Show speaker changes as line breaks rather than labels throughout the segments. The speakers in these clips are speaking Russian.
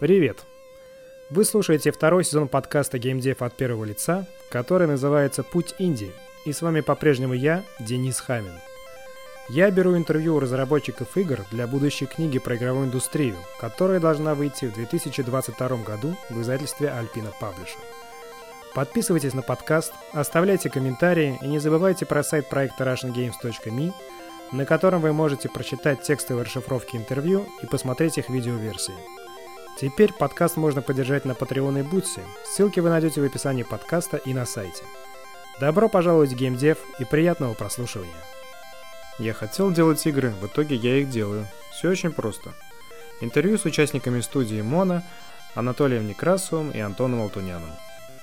Привет! Вы слушаете второй сезон подкаста GameDev от первого лица, который называется «Путь Инди», и с вами по-прежнему я, Денис Хамин. Я беру интервью у разработчиков игр для будущей книги про игровую индустрию, которая должна выйти в 2022 году в издательстве Alpina Publisher. Подписывайтесь на подкаст, оставляйте комментарии и не забывайте про сайт проекта russiangames.me, на котором вы можете прочитать текстовые расшифровки интервью и посмотреть их видеоверсии. Теперь подкаст можно поддержать на Patreon и Bootsie. Ссылки вы найдете в описании подкаста и на сайте. Добро пожаловать в GameDev и приятного прослушивания. Я хотел делать игры, в итоге я их делаю. Все очень просто. Интервью с участниками студии Mono, Анатолием Некрасовым и Антоном Алтуняном.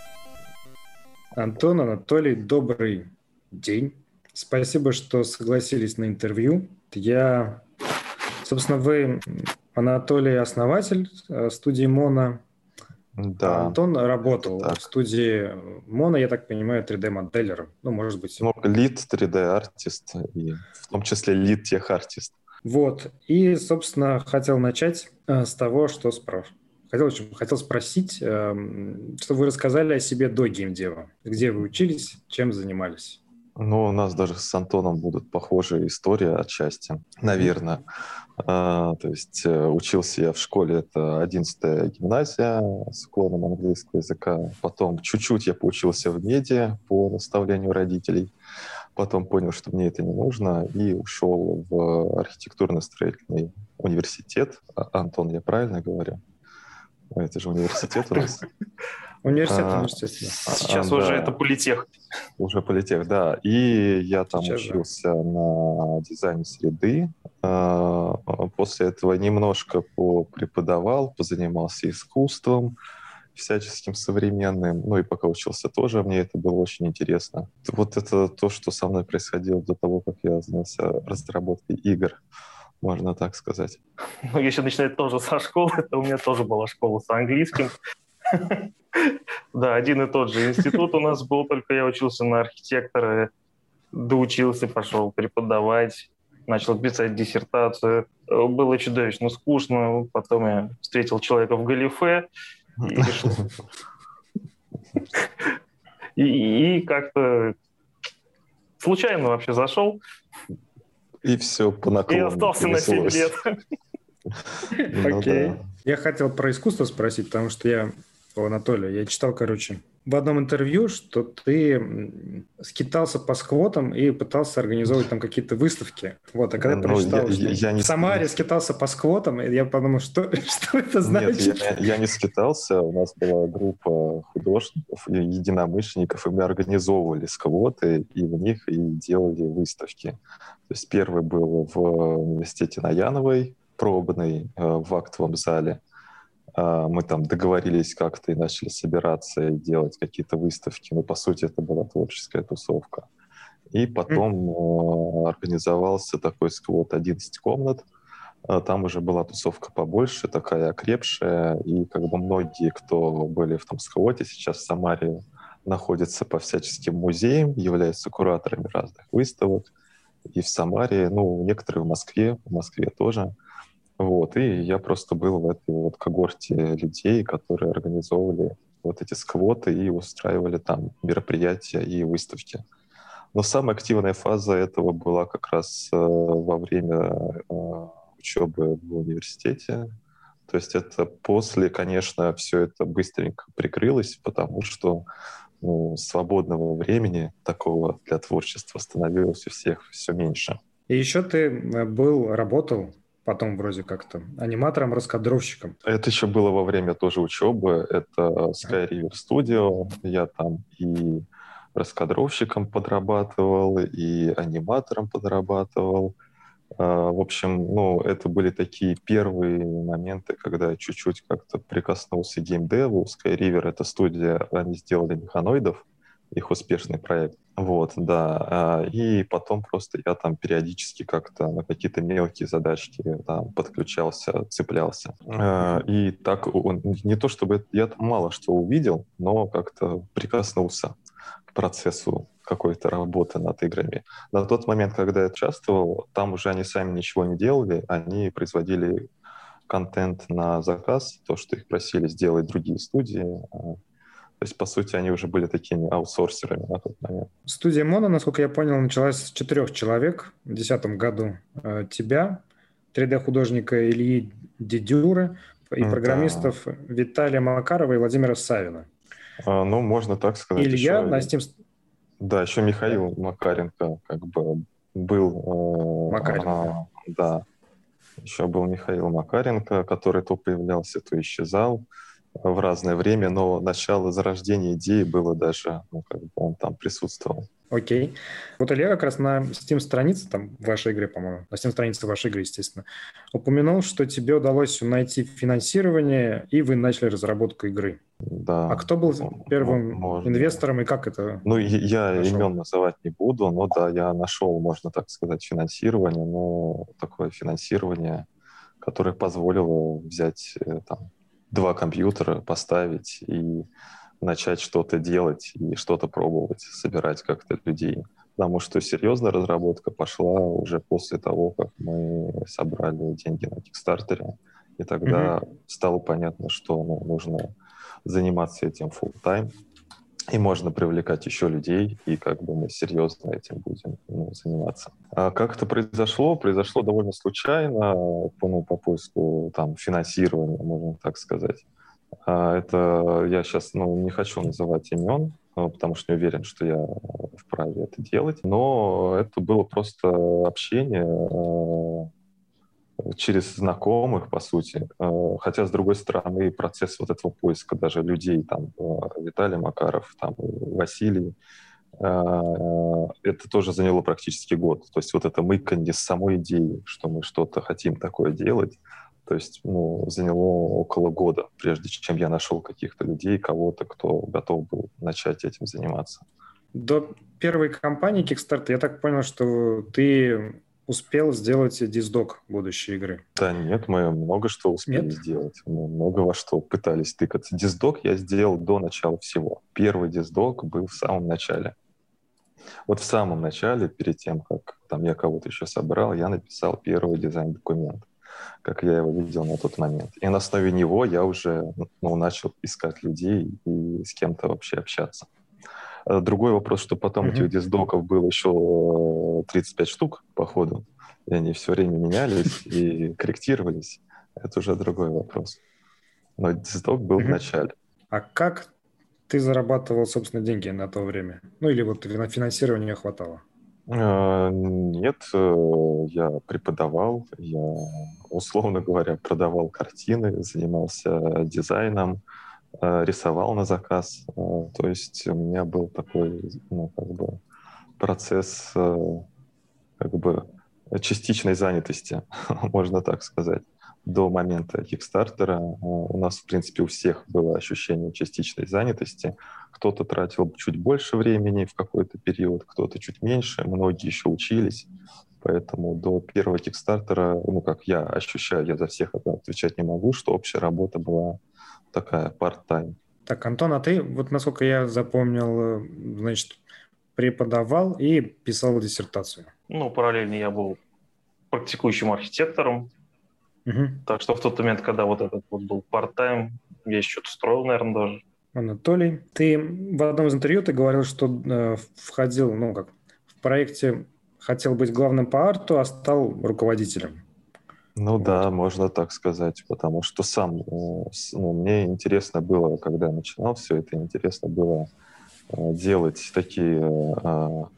Антон, Анатолий, добрый день. Спасибо, что согласились на интервью. Собственно, вы, Анатолий, основатель студии Mono.
Да.
Антон работал в студии Mono, я так понимаю, 3D-моделером. Может быть.
Лид 3D-артист, и в том числе лид тех-артист.
Вот. И, собственно, хотел начать с того, что хотел спросить, что вы рассказали о себе до геймдева. Где вы учились, чем занимались?
У нас даже с Антоном будут похожие истории отчасти, наверное. То есть учился я в школе, это 11-я гимназия с уклоном английского языка. Потом чуть-чуть я поучился в медиа по наставлению родителей. Потом понял, что мне это не нужно, и ушел в архитектурно-строительный университет. Антон, я правильно говорю? Это же университет у нас.
Университет.
Сейчас уже это политех.
Уже политех, да. И я там учился на дизайне среды. После этого немножко попреподавал, позанимался искусством всяческим современным. И пока учился тоже, мне это было очень интересно. Вот это то, что со мной происходило до того, как я занялся разработкой игр. Можно так сказать.
Я еще начинаю тоже со школы. Это у меня тоже была школа с английским. Да, один и тот же институт у нас был, только я учился на архитектора, доучился, пошел преподавать, начал писать диссертацию. Было чудовищно скучно. Потом я встретил человека в галифе и решил... И как-то случайно вообще зашел.
И все по наклону.
И остался на 7 лет.
Окей. Я хотел про искусство спросить, потому что я читал, в одном интервью, что ты скитался по сквотам и пытался организовывать там какие-то выставки. А когда я прочитал, что в Самаре скитался по сквотам, я подумал, что это значит?
Нет, я не скитался. У нас была группа художников, единомышленников, и мы организовывали сквоты, и в них и делали выставки. То есть первый был в университете на Яновой, пробный, в актовом зале. Мы там договорились как-то и начали собираться и делать какие-то выставки. По сути, это была творческая тусовка. И потом организовался такой сквот 11 комнат. Там уже была тусовка побольше, такая окрепшая. И многие, кто были в том сквоте, сейчас в Самаре находятся по всяческим музеям, являются кураторами разных выставок. И в Самаре, некоторые в Москве тоже. И я просто был в этой когорте людей, которые организовывали эти сквоты и устраивали там мероприятия и выставки. Но самая активная фаза этого была как раз во время учебы в университете. То есть это после, конечно, все это быстренько прикрылось, потому что свободного времени такого для творчества становилось у всех все меньше.
И еще ты работал потом вроде как-то аниматором-раскадровщиком.
Это еще было во время тоже учебы. Это Sky River Studio. Я там и раскадровщиком подрабатывал, и аниматором подрабатывал. В общем, это были такие первые моменты, когда я чуть-чуть как-то прикоснулся к геймдеву. Sky River — это студия, они сделали механоидов, их успешный проект. И потом просто я там периодически как-то на какие-то мелкие задачки там подключался, цеплялся. И так, не то чтобы я там мало что увидел, но как-то прикоснулся к процессу какой-то работы над играми. На тот момент, когда я участвовал, там уже они сами ничего не делали, они производили контент на заказ, то, что их просили сделать другие студии. То есть, по сути, они уже были такими аутсорсерами на тот момент.
Студия Mono, насколько я понял, началась с 4 человек в 2010 году. Тебя, 3D-художника Ильи Дедюры и программистов Виталия Макарова и Владимира Савина.
Ну, можно так сказать.
Илья
еще,
на Steam...
Да, еще Михаил Макаренко как бы был...
Макаренко.
Да. Еще был Михаил Макаренко, который то появлялся, то исчезал в разное время, но начало зарождения идеи было даже, как бы он там присутствовал.
Окей. Вот Илья как раз на Steam-странице, там, вашей игры, по-моему, на Steam-странице вашей игры, естественно, упомянул, что тебе удалось найти финансирование, и вы начали разработку игры.
Да.
А кто был первым инвестором, и как это?
Ну, я имен называть не буду, но да, я нашел, можно так сказать, финансирование, но такое финансирование, которое позволило взять там 2 компьютера, поставить и начать что-то делать и что-то пробовать, собирать как-то людей. Потому что серьезная разработка пошла уже после того, как мы собрали деньги на Кикстартере. И тогда стало понятно, что нужно заниматься этим full-time. И можно привлекать еще людей, и как бы мы серьезно этим будем заниматься. А как это произошло? Произошло довольно случайно, по поиску там финансирования, можно так сказать. Это я сейчас не хочу называть имен, потому что не уверен, что я вправе это делать. Но это было просто общение через знакомых, по сути. Хотя, с другой стороны, процесс вот этого поиска даже людей, там, Виталий Макаров, там, Василий, это тоже заняло практически год. То есть вот это мыканье с самой идеей, что мы что-то хотим такое делать, то есть заняло около года, прежде чем я нашел каких-то людей, кого-то, кто готов был начать этим заниматься.
До первой кампании Kickstarter я так понял, что ты успел сделать диздок будущей игры.
Да нет, мы много что успели сделать. Мы много во что пытались тыкаться. Диздок я сделал до начала всего. Первый диздок был в самом начале. Вот в самом начале, перед тем, как там я кого-то еще собрал, я написал первый дизайн-документ, как я его видел на тот момент. И на основе него я уже начал искать людей и с кем-то вообще общаться. Другой вопрос, что потом этих диздоков было еще 35 штук, походу, и они все время менялись и корректировались. Это уже другой вопрос. Но диздок был в начале.
А как ты зарабатывал, собственно, деньги на то время? Ну, или вот на финансирование хватало?
Нет, я преподавал, я, условно говоря, продавал картины, занимался дизайном, рисовал на заказ. То есть у меня был такой, процесс частичной занятости, можно так сказать. До момента Кикстартера у нас, в принципе, у всех было ощущение частичной занятости. Кто-то тратил чуть больше времени в какой-то период, кто-то чуть меньше, многие еще учились. Поэтому до первого Кикстартера, как я ощущаю, я за всех отвечать не могу, что общая работа была такая part-time.
Так, Антон, а ты, вот насколько я запомнил, значит, преподавал и писал диссертацию.
Параллельно я был практикующим архитектором. Так что в тот момент, когда вот этот вот был part-time, я еще что-то строил, наверное, даже.
Анатолий, ты в одном из интервью ты говорил, что входил, в проекте хотел быть главным по арту, а стал руководителем.
Да, можно так сказать, потому что сам, мне интересно было, когда я начинал все это, интересно было делать такие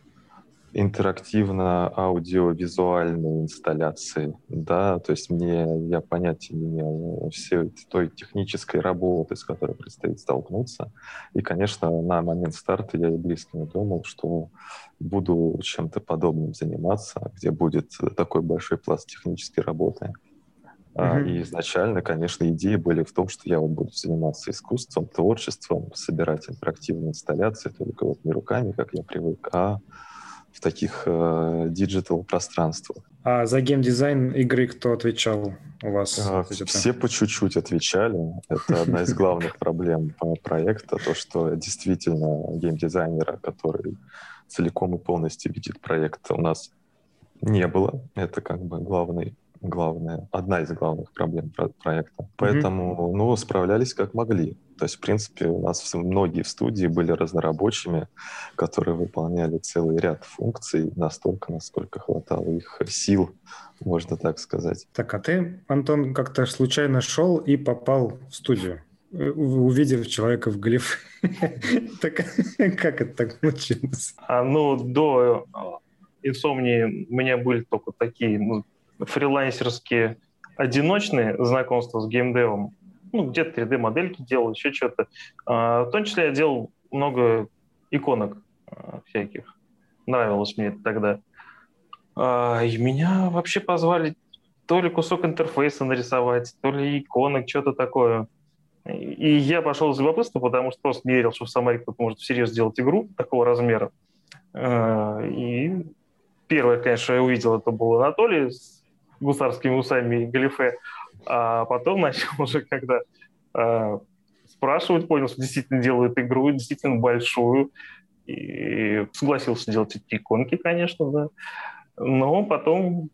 интерактивно-аудиовизуальные инсталляции, да, то есть я понятия не имел всей той технической работы, с которой предстоит столкнуться, и, конечно, на момент старта я и близко не думал, что буду чем-то подобным заниматься, где будет такой большой пласт технической работы. И изначально, конечно, идеи были в том, что я буду заниматься искусством, творчеством, собирать интерактивные инсталляции, только не руками, как я привык, а в таких диджитал-пространствах.
А за геймдизайн игры кто отвечал у вас?
Все по чуть-чуть отвечали. Это одна из главных проблем проекта, то, что действительно геймдизайнера, который целиком и полностью видит проект, у нас не было. Это главный главная, одна из главных проблем проекта. Поэтому, ну, справлялись как могли. То есть, в принципе, у нас многие в студии были разнорабочими, которые выполняли целый ряд функций настолько, насколько хватало их сил, можно так сказать.
Так, а ты, Антон, как-то случайно шел и попал в студию, увидев человека в галифе. Как это так случилось?
Ну, до Insomnia у меня были только такие фрилансерские одиночные знакомства с геймдевом. Ну, где-то 3D-модельки делал, еще что-то. В том числе я делал много иконок всяких. Нравилось мне это тогда. И меня вообще позвали то ли кусок интерфейса нарисовать, то ли иконок, что-то такое. И я пошел из любопытства, потому что просто не верил, что в Самаре кто-то может всерьез сделать игру такого размера. И первое, конечно, что я увидел, это был Анатолий с гусарскими усами и галифе. А потом начал уже, когда спрашивать, понял, что действительно делают игру, действительно большую. И согласился делать эти иконки, конечно, да. Но потом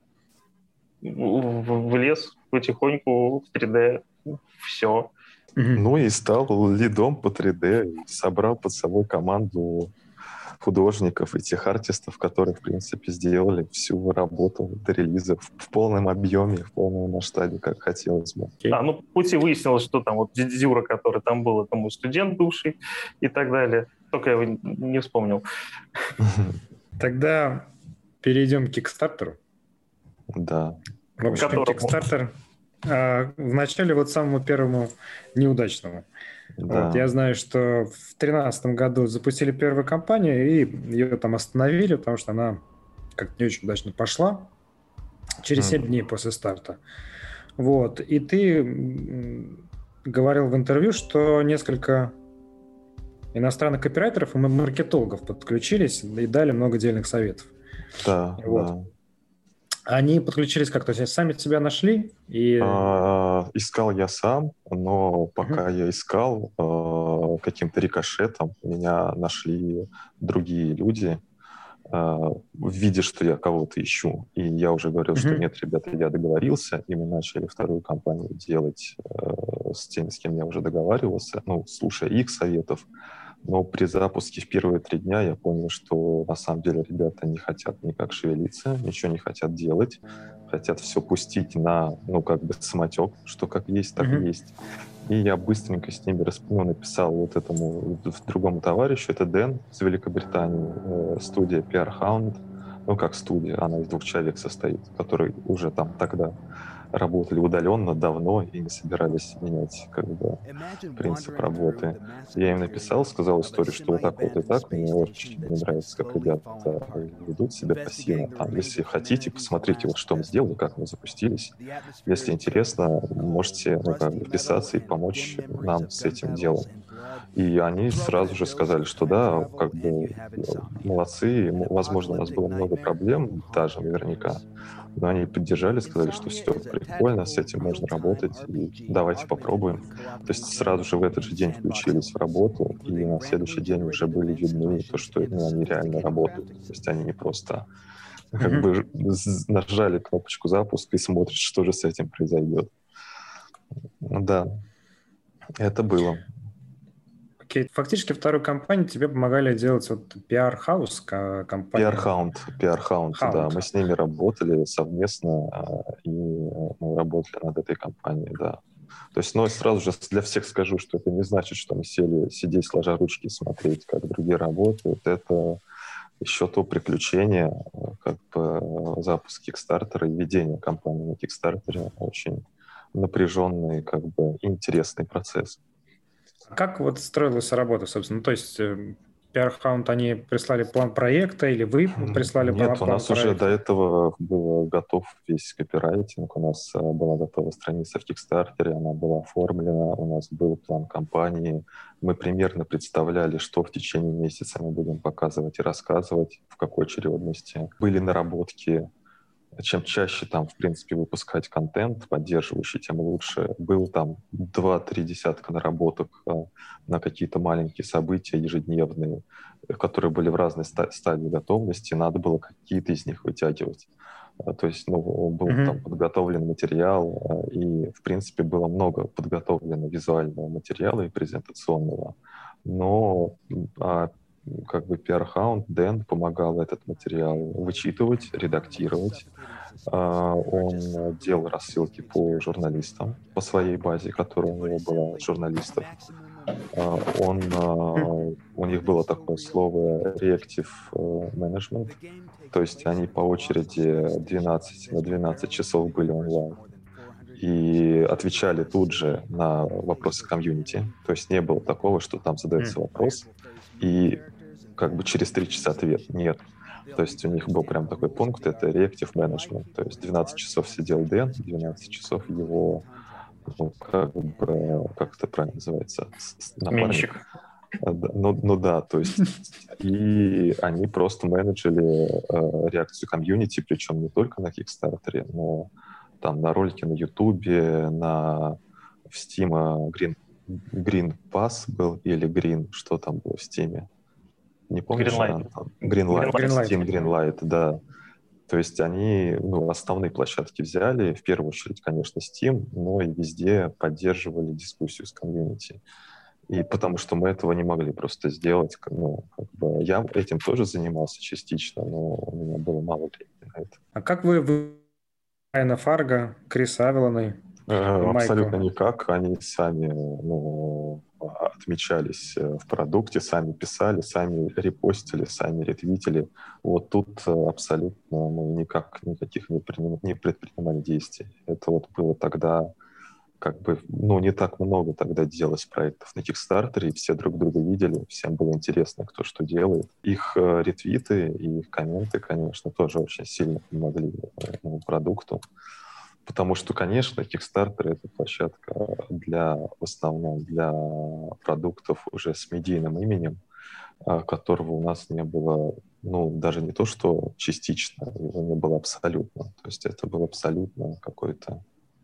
влез потихоньку в 3D. Все.
Ну и стал лидом по 3D, и собрал под собой команду художников и тех артистов, которые, в принципе, сделали всю работу до релиза в полном объеме, в полном масштабе, как хотелось бы.
Ну, по пути выяснилось, что там вот Дюра, который там был, это мой студент бывший и так далее. Только я его не вспомнил.
Тогда перейдем к Кикстартеру.
Да.
В общем, Кикстартер вначале вот самому первому неудачному.
Да.
Вот, я знаю, что в 2013 году запустили первую кампанию, и ее там остановили, потому что она как-то не очень удачно пошла через 7 дней после старта. Вот. И ты говорил в интервью, что несколько иностранных копирайтеров и маркетологов подключились и дали много дельных советов.
Да,
вот.
да.
Они подключились как-то, сами себя нашли? И...
Искал я сам, но пока я искал, каким-то рикошетом меня нашли другие люди, видя, что я кого-то ищу. И я уже говорил, что нет, ребята, я договорился, и мы начали вторую кампанию делать с теми, с кем я уже договаривался, слушая их советов. Но при запуске в первые 3 дня я понял, что на самом деле ребята не хотят никак шевелиться, ничего не хотят делать, хотят все пустить на, самотек, что как есть, так и есть. И я быстренько с ними написал вот этому другому товарищу, это Дэн из Великобритании, студия PR Hound, как студия, она из 2 человек состоит, которые уже там тогда работали удаленно давно и не собирались менять принцип работы. Я им написал, сказал историю, что вот так вот и так. Мне очень не нравится, как ребята ведут себя пассивно. Если хотите, посмотрите, вот что мы сделали, как мы запустились. Если интересно, можете вписаться и помочь нам с этим делом. И они сразу же сказали, что да, молодцы, возможно, у нас было много проблем, даже наверняка, но они поддержали, сказали, что все прикольно, с этим можно работать, и давайте попробуем. То есть сразу же в этот же день включились в работу, и на следующий день уже были видны то, что они реально работают. То есть они не просто нажали кнопочку запуска и смотрят, что же с этим произойдет. Да, это было.
Окей. Фактически вторую кампанию тебе помогали делать PR House компания.
PR Hound, да. Мы с ними работали совместно и мы работали над этой компанией, да. То есть, сразу же для всех скажу, что это не значит, что мы сидеть сложа ручки и смотреть, как другие работают. Это еще то приключение, запуск Кикстартера и ведение кампании на Кикстартере. Очень напряженный, интересный процесс.
Как строилась работа, собственно? То есть PR Hound, они прислали план проекта или вы прислали план проекта?
Нет, у нас уже до этого был готов весь копирайтинг, у нас была готова страница в Кикстартере, она была оформлена, у нас был план кампании. Мы примерно представляли, что в течение месяца мы будем показывать и рассказывать, в какой очередности. Были наработки. Чем чаще там, в принципе, выпускать контент поддерживающий, тем лучше. Был там 2-3 десятка наработок на какие-то маленькие события ежедневные, которые были в разной стадии готовности. Надо было какие-то из них вытягивать. То есть, был там подготовлен материал, и, в принципе, было много подготовлено визуального материала и презентационного. Но как бы PR-хаунд Дэн помогал этот материал вычитывать, редактировать. Он делал рассылки по журналистам, по своей базе, которая у него была журналистов. У них было такое слово reactive management, то есть они по очереди 12 на 12 часов были онлайн и отвечали тут же на вопросы комьюнити. То есть не было такого, что там задается вопрос и как бы через 3 часа ответ. Нет. То есть у них был прям такой пункт, это reactive management. То есть 12 часов сидел Дэн, 12 часов его, как это правильно называется?
Менщик.
Да, то есть и они просто менеджили реакцию комьюнити, причем не только на Kickstarter, но там на ролике на Ютубе, в Steam Green Pass был или Green, что там было в Steam? Не помнишь? Greenlight. Steam Greenlight, да. То есть они основные площадки взяли, в первую очередь, конечно, Steam, но и везде поддерживали дискуссию с комьюнити. И потому что мы этого не могли просто сделать. Я этим тоже занимался частично, но у меня было мало времени на это.
А как вы Райана Фарго, Криса Авелоной,
абсолютно никак. Они сами отмечались в продукте, сами писали, сами репостили, сами ретвитили. Вот тут абсолютно никаких не предпринимали действий. Это вот было тогда как бы, не так много тогда делалось проектов на Kickstarter, и все друг друга видели, всем было интересно, кто что делает. Их ретвиты и их комменты, конечно, тоже очень сильно помогли продукту. Потому что, конечно, Kickstarter — это площадка в основном для продуктов уже с медийным именем, которого у нас не было, даже не то, что частично, его не было абсолютно. То есть это был абсолютно какой-то,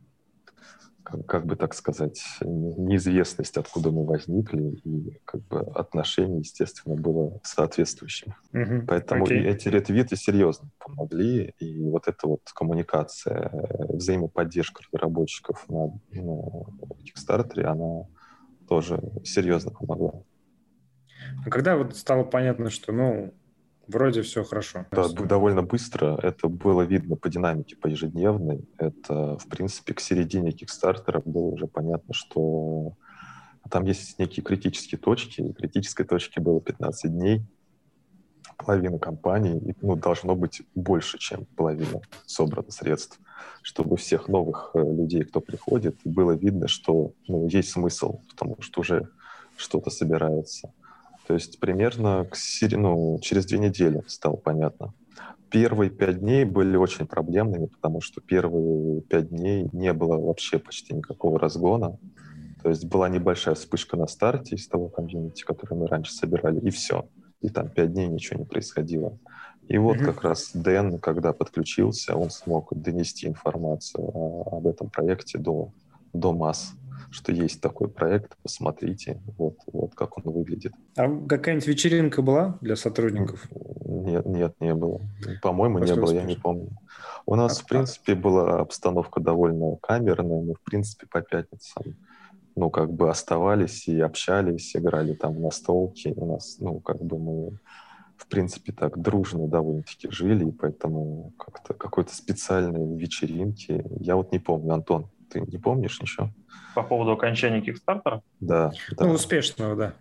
как бы так сказать, неизвестность, откуда мы возникли, и как бы отношение, естественно, было соответствующим. Поэтому и эти ретвиты серьезно помогли, и вот эта вот коммуникация, взаимоподдержка разработчиков на Kickstarter, она тоже серьезно помогла.
А когда вот стало понятно, что, вроде все хорошо?
Да, довольно быстро. Это было видно по динамике, по ежедневной. Это, в принципе, к середине Kickstarter было уже понятно, что там есть некие критические точки. И критической точки было 15 дней. Половина компании, должно быть больше, чем половина собрано средств, чтобы всех новых людей, кто приходит, было видно, что есть смысл, потому что уже что-то собирается. То есть примерно через 2 недели стало понятно. Первые 5 дней были очень проблемными, потому что первые 5 дней не было вообще почти никакого разгона. То есть была небольшая вспышка на старте из того комьюнити, которое мы раньше собирали, и все. И там 5 дней ничего не происходило. И вот как раз Дэн, когда подключился, он смог донести информацию об этом проекте до масс, что есть такой проект, посмотрите, вот как он выглядит.
А какая-нибудь вечеринка была для сотрудников?
Нет, не было. По-моему, не было, я не помню. У нас, в принципе, была обстановка довольно камерная, мы, в принципе, по пятницам, оставались и общались, играли там на столке. У нас, мы, в принципе, так дружно довольно-таки жили, и поэтому как-то какой-то специальной вечеринки я вот не помню. Антон, ты не помнишь ничего?
По поводу окончания Kickstarter?
Да.
Успешного, да.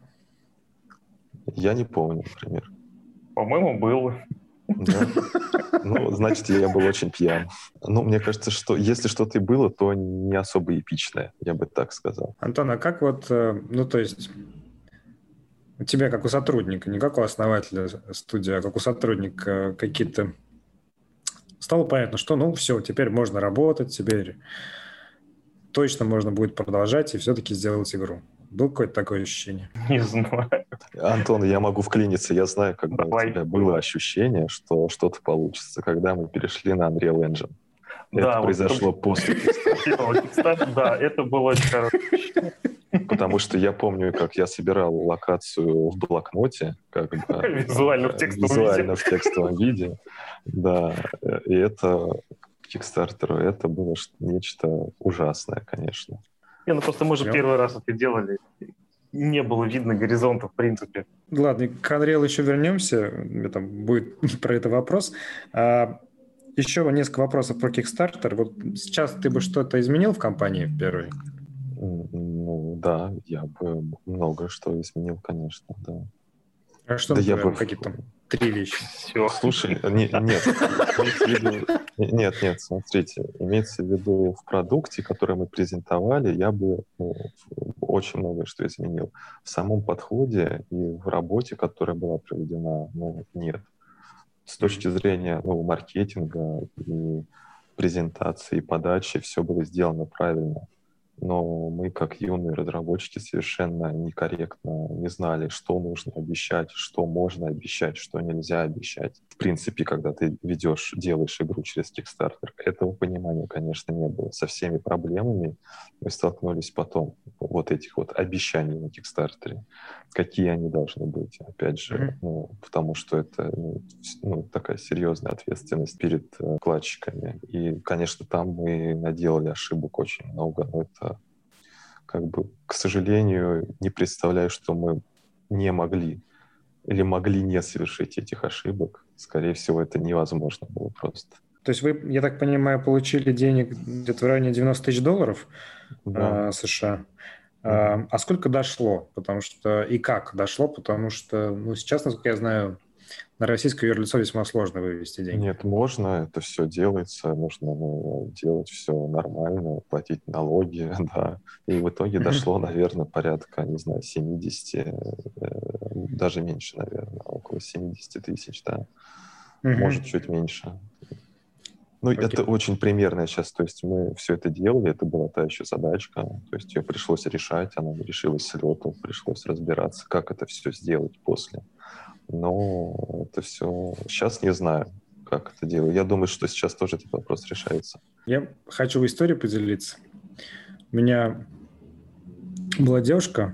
Я не помню, например.
По-моему, был.
Да. Значит, я был очень пьян. Мне кажется, что если что-то и было, то не особо эпичное, я бы так сказал.
Антон, а как то есть у тебя, как у сотрудника, не как у основателя студии, а как у сотрудника какие-то... Стало понятно, что, все, теперь можно работать, теперь точно можно будет продолжать и все-таки сделать игру. Было какое-то такое ощущение?
Не знаю.
Антон, я могу вклиниться. Я знаю, когда у тебя было ощущение, что что-то получится, когда мы перешли на Unreal Engine. Это
Да,
произошло после Kickstarter.
первого Kickstarter, да, это было очень хорошо.
Потому что я помню, как я собирал локацию в блокноте, как бы
Визуально в текстовом
визуально
виде.
в текстовом виде. Да, и это к Kickstarter это было нечто ужасное, конечно.
Не, ну просто мы же первый раз это делали. Не было видно горизонта, в принципе.
Ладно, к Unreal еще вернемся. Там будет про это вопрос. Еще несколько вопросов про Kickstarter. Вот сейчас ты бы что-то изменил в компании в первой?
Ну да, я бы много что изменил, конечно, да.
А что,
Да
например,
я бы...
какие-то там 3 вещи?
Все.
Слушай, нет, имеется в виду... Нет, смотрите, имеется в виду в продукте, который мы презентовали, я бы очень многое что изменил. В самом подходе и в работе, которая была проведена, нет. С точки зрения маркетинга и презентации, и подачи, все было сделано правильно. Но мы, как юные разработчики, совершенно некорректно не знали, что нужно обещать, что можно обещать, что нельзя обещать. В принципе, когда ты делаешь игру через Kickstarter, этого понимания, конечно, не было. Со всеми проблемами мы столкнулись потом. Вот этих вот обещаний на Kickstarter. Какие они должны быть, опять же, потому что это такая серьезная ответственность перед вкладчиками. И, конечно, там мы наделали ошибок очень много, но это как бы, к сожалению, не представляю, что мы не могли или могли не совершить этих ошибок. Скорее всего, это невозможно было просто.
То есть вы, я так понимаю, получили денег где-то в районе $90 000 США. А сколько дошло? Потому что и как дошло? Потому что, сейчас, насколько я знаю, на российское юрлицо весьма сложно вывести деньги.
Нет, можно, это все делается, нужно делать все нормально, платить налоги, да. И в итоге дошло, наверное, порядка, не знаю, 70, даже меньше, наверное, около 70 тысяч, да. Может, чуть меньше. Это очень примерно сейчас, то есть мы все это делали, это была та еще задачка, то есть ее пришлось решать, она не решилась с лету, пришлось разбираться, как это все сделать после. Но это все... Сейчас не знаю, как это делаю. Я думаю, что сейчас тоже этот вопрос решается.
Я хочу историю поделиться. У меня была девушка,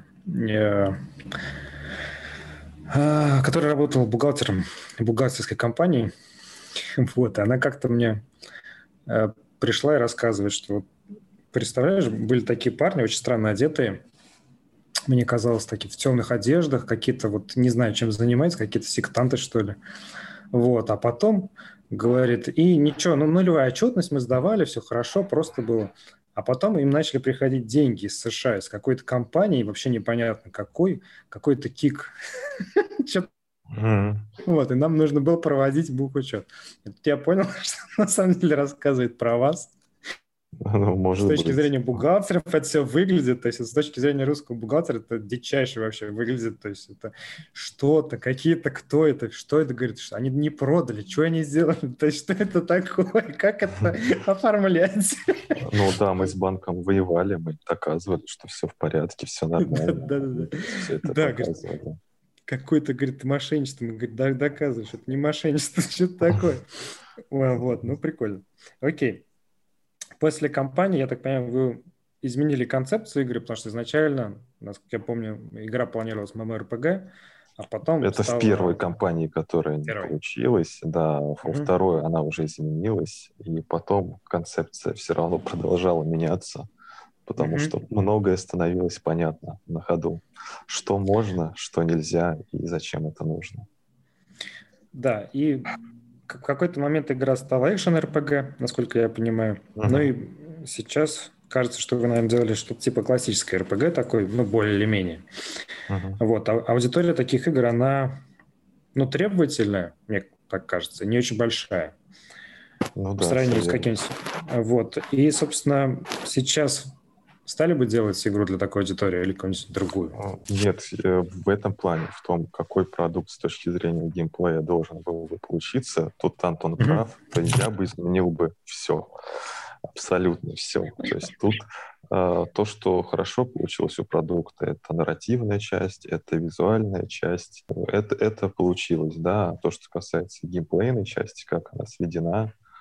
которая работала бухгалтером в бухгалтерской компании. Вот, и она как-то мне пришла и рассказывает, что, представляешь, были такие парни, очень странно одетые, мне казалось, такие в темных одеждах, какие-то не знаю, чем занимаются, какие-то сектанты, что ли. Вот, а потом, говорит, и ничего, нулевая отчетность мы сдавали, все хорошо, просто было. А потом им начали приходить деньги из США, из какой-то компании, вообще непонятно какой, какой-то КИК. Вот, и нам нужно было проводить бухучет. Я понял, что на самом деле рассказывает про вас. С точки зрения бухгалтеров это все выглядит, то есть с точки зрения русского бухгалтера это дичайше вообще выглядит, то есть это что-то, какие-то, кто это, что это, говорит, что они не продали, что они сделали, то есть что это такое, как это оформлять?
Да, мы с банком воевали, мы доказывали, что все в порядке, все нормально.
Да, какое-то, говорит, мошенничество, мы, говорит, доказываешь, это не мошенничество, что-то такое. Вот, прикольно. Окей. После кампании, я так понимаю, вы изменили концепцию игры, потому что изначально, насколько я помню, игра планировалась MMORPG, а потом
это в первой кампании, которая не получилась, да, во второй она уже изменилась, и потом концепция все равно продолжала меняться, потому что многое становилось понятно на ходу. Что можно, что нельзя и зачем это нужно.
Да, и в какой-то момент игра стала экшен-РПГ, насколько я понимаю. И сейчас кажется, что вы, наверное, делали что-то типа классической РПГ такой, более или менее. Вот, а аудитория таких игр, она, требовательная, мне так кажется, не очень большая. По сравнению с каким-нибудь. Вот, и, собственно, сейчас стали бы делать игру для такой аудитории или какую-нибудь другую?
Нет, в этом плане, в том, какой продукт с точки зрения геймплея должен был бы получиться, тут Антон прав, то я бы изменил бы все, абсолютно все. То есть тут то, что хорошо получилось у продукта, это нарративная часть, это визуальная часть, это получилось, да. То, что касается геймплейной части, как она сведена,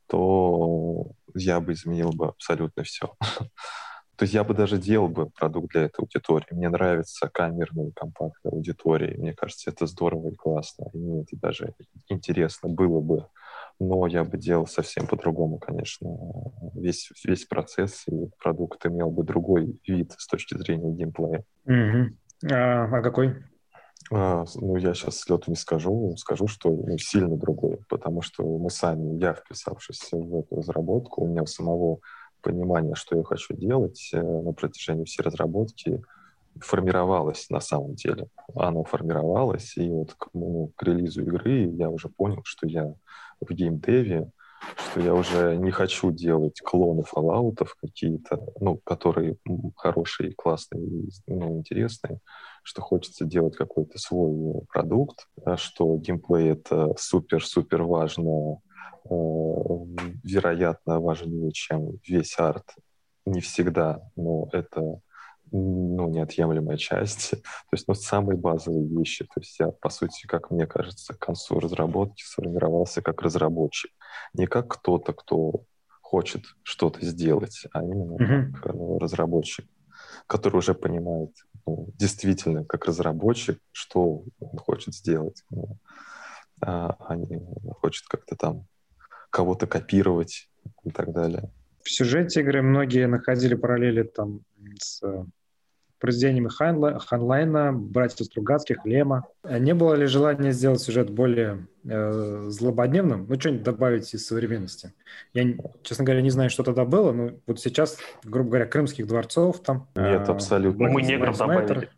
то я бы изменил бы абсолютно все. То есть я бы даже делал бы продукт для этой аудитории. Мне нравятся камерные, компактные аудитории. Мне кажется, это здорово и классно. И мне это даже интересно было бы. Но я бы делал совсем по-другому, конечно. Весь процесс и продукт имел бы другой вид с точки зрения геймплея.
А какой?
Ну, я сейчас с лету не скажу. Скажу, что сильно другой. Потому что я, вписавшись в эту разработку, у меня у самого понимание, что я хочу делать на протяжении всей разработки, формировалось на самом деле. Оно формировалось, и вот к релизу игры я уже понял, что я в геймдеве, что я уже не хочу делать клоны Fallout'ов какие-то, которые хорошие, классные, интересные, что хочется делать какой-то свой продукт, что геймплей — это супер-супер важно, вероятно, важнее, чем весь арт. Не всегда, но это неотъемлемая часть. То есть самые базовые вещи. То есть я, по сути, как мне кажется, к концу разработки сформировался как разработчик. Не как кто-то, кто хочет что-то сделать, а именно как разработчик, который уже понимает действительно, как разработчик, что он хочет сделать. А не хочет как-то там кого-то копировать и так далее.
В сюжете игры многие находили параллели там с произведениями Хайнлайна, братьев Стругацких, Лема. Не было ли желания сделать сюжет более злободневным? Что-нибудь добавить из современности? Я, честно говоря, не знаю, что тогда было, но вот сейчас, грубо говоря, крымских дворцов там...
Нет, абсолютно.
Мы негров добавили.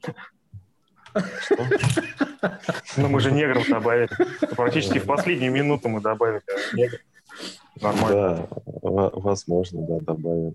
Ну, мы же негров добавили. Практически в последнюю минуту мы добавили негров. Нормально.
Да, возможно, да, добавили.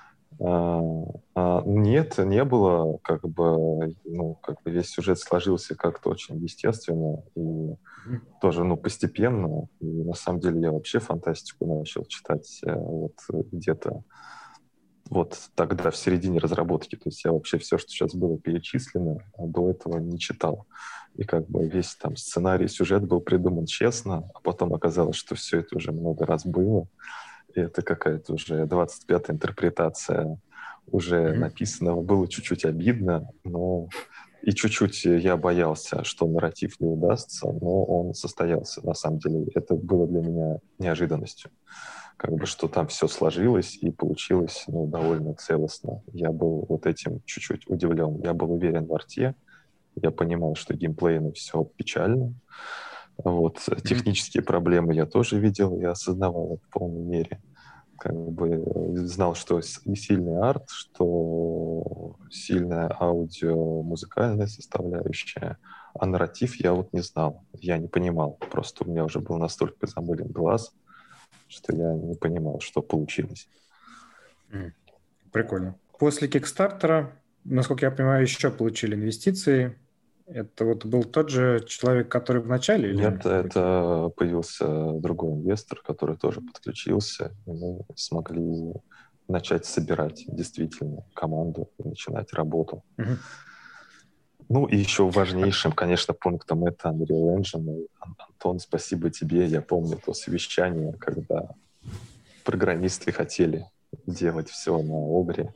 Нет, не было, как бы весь сюжет сложился как-то очень естественно и тоже, постепенно. И на самом деле я вообще фантастику начал читать вот где-то вот тогда, в середине разработки. То есть я вообще все, что сейчас было перечислено, до этого не читал. И как бы весь там сценарий, сюжет был придуман честно, а потом оказалось, что все это уже много раз было. И это какая-то уже 25-я интерпретация уже написанного. Было чуть-чуть обидно, но и чуть-чуть я боялся, что нарратив не удастся, но он состоялся. На самом деле это было для меня неожиданностью. Как бы, что там все сложилось и получилось довольно целостно. Я был вот этим чуть-чуть удивлен. Я был уверен в арте, я понимал, что геймплейно все печально. Вот. Технические проблемы я тоже видел и осознавал в полной мере. Как бы знал, что и сильный арт, что сильная аудио-музыкальная составляющая, а нарратив я вот не знал. Я не понимал. Просто у меня уже был настолько замылен глаз, что я не понимал, что получилось.
Прикольно. После Кикстартера, насколько я понимаю, еще получили инвестиции. Это вот был тот же человек, который в начале?
Нет, это появился другой инвестор, который тоже подключился, и мы смогли начать собирать действительно команду и начинать работу. И еще важнейшим, конечно, пунктом это Unreal Engine. Антон, спасибо тебе. Я помню то совещание, когда программисты хотели делать все на Обре.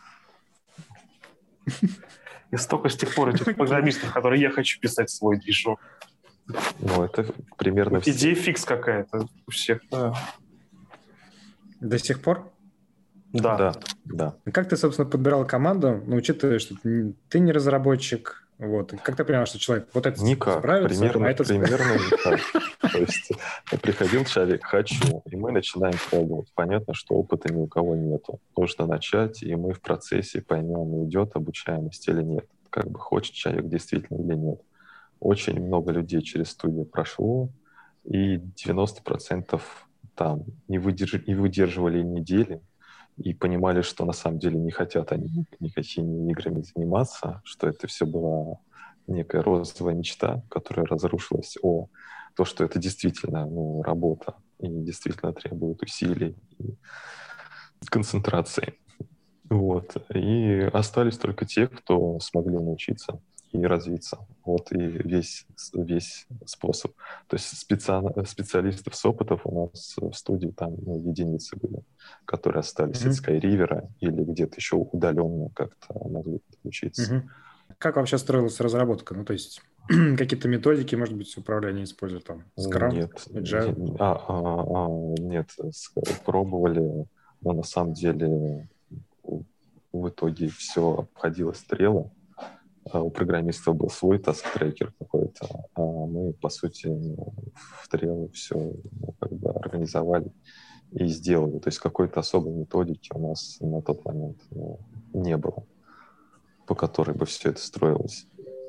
И столько с тех пор этих программистов, которые я хочу писать свой движок.
Это примерно...
Идея фикс какая-то у всех. Да.
До сих пор?
Да.
Как ты, собственно, подбирал команду, учитывая, что ты не разработчик, вот, как ты понимаешь, что человек вот это
никак,
справится,
примерно никак. То есть приходил человек, хочу, и мы начинаем пробовать. Понятно, что опыта ни у кого нету. Нужно начать, и мы в процессе поймем, идет обучаемость или нет. Как бы хочет человек действительно или нет. Очень много людей через студию прошло, и 90% там не выдерживали недели, и понимали, что на самом деле не хотят они никакими играми заниматься, что это все была некая розовая мечта, которая разрушилась о то, что это действительно работа и действительно требует усилий и концентрации. Вот. И остались только те, кто смогли научиться. и развиться. Вот и весь способ. То есть специалистов с опытом у нас в студии там единицы были, которые остались от Skyriver или где-то еще удаленно как-то могли подключиться.
Как вообще строилась разработка? Ну, то есть какие-то методики, может быть, управления используют там? Scrum?
Нет,
Agile?
нет, пробовали, но на самом деле в итоге все обходилось стрелы. У программистов был свой таск-трекер какой-то, а мы, по сути, в Trello все как бы организовали и сделали. То есть какой-то особой методики у нас на тот момент не было, по которой бы все это строилось.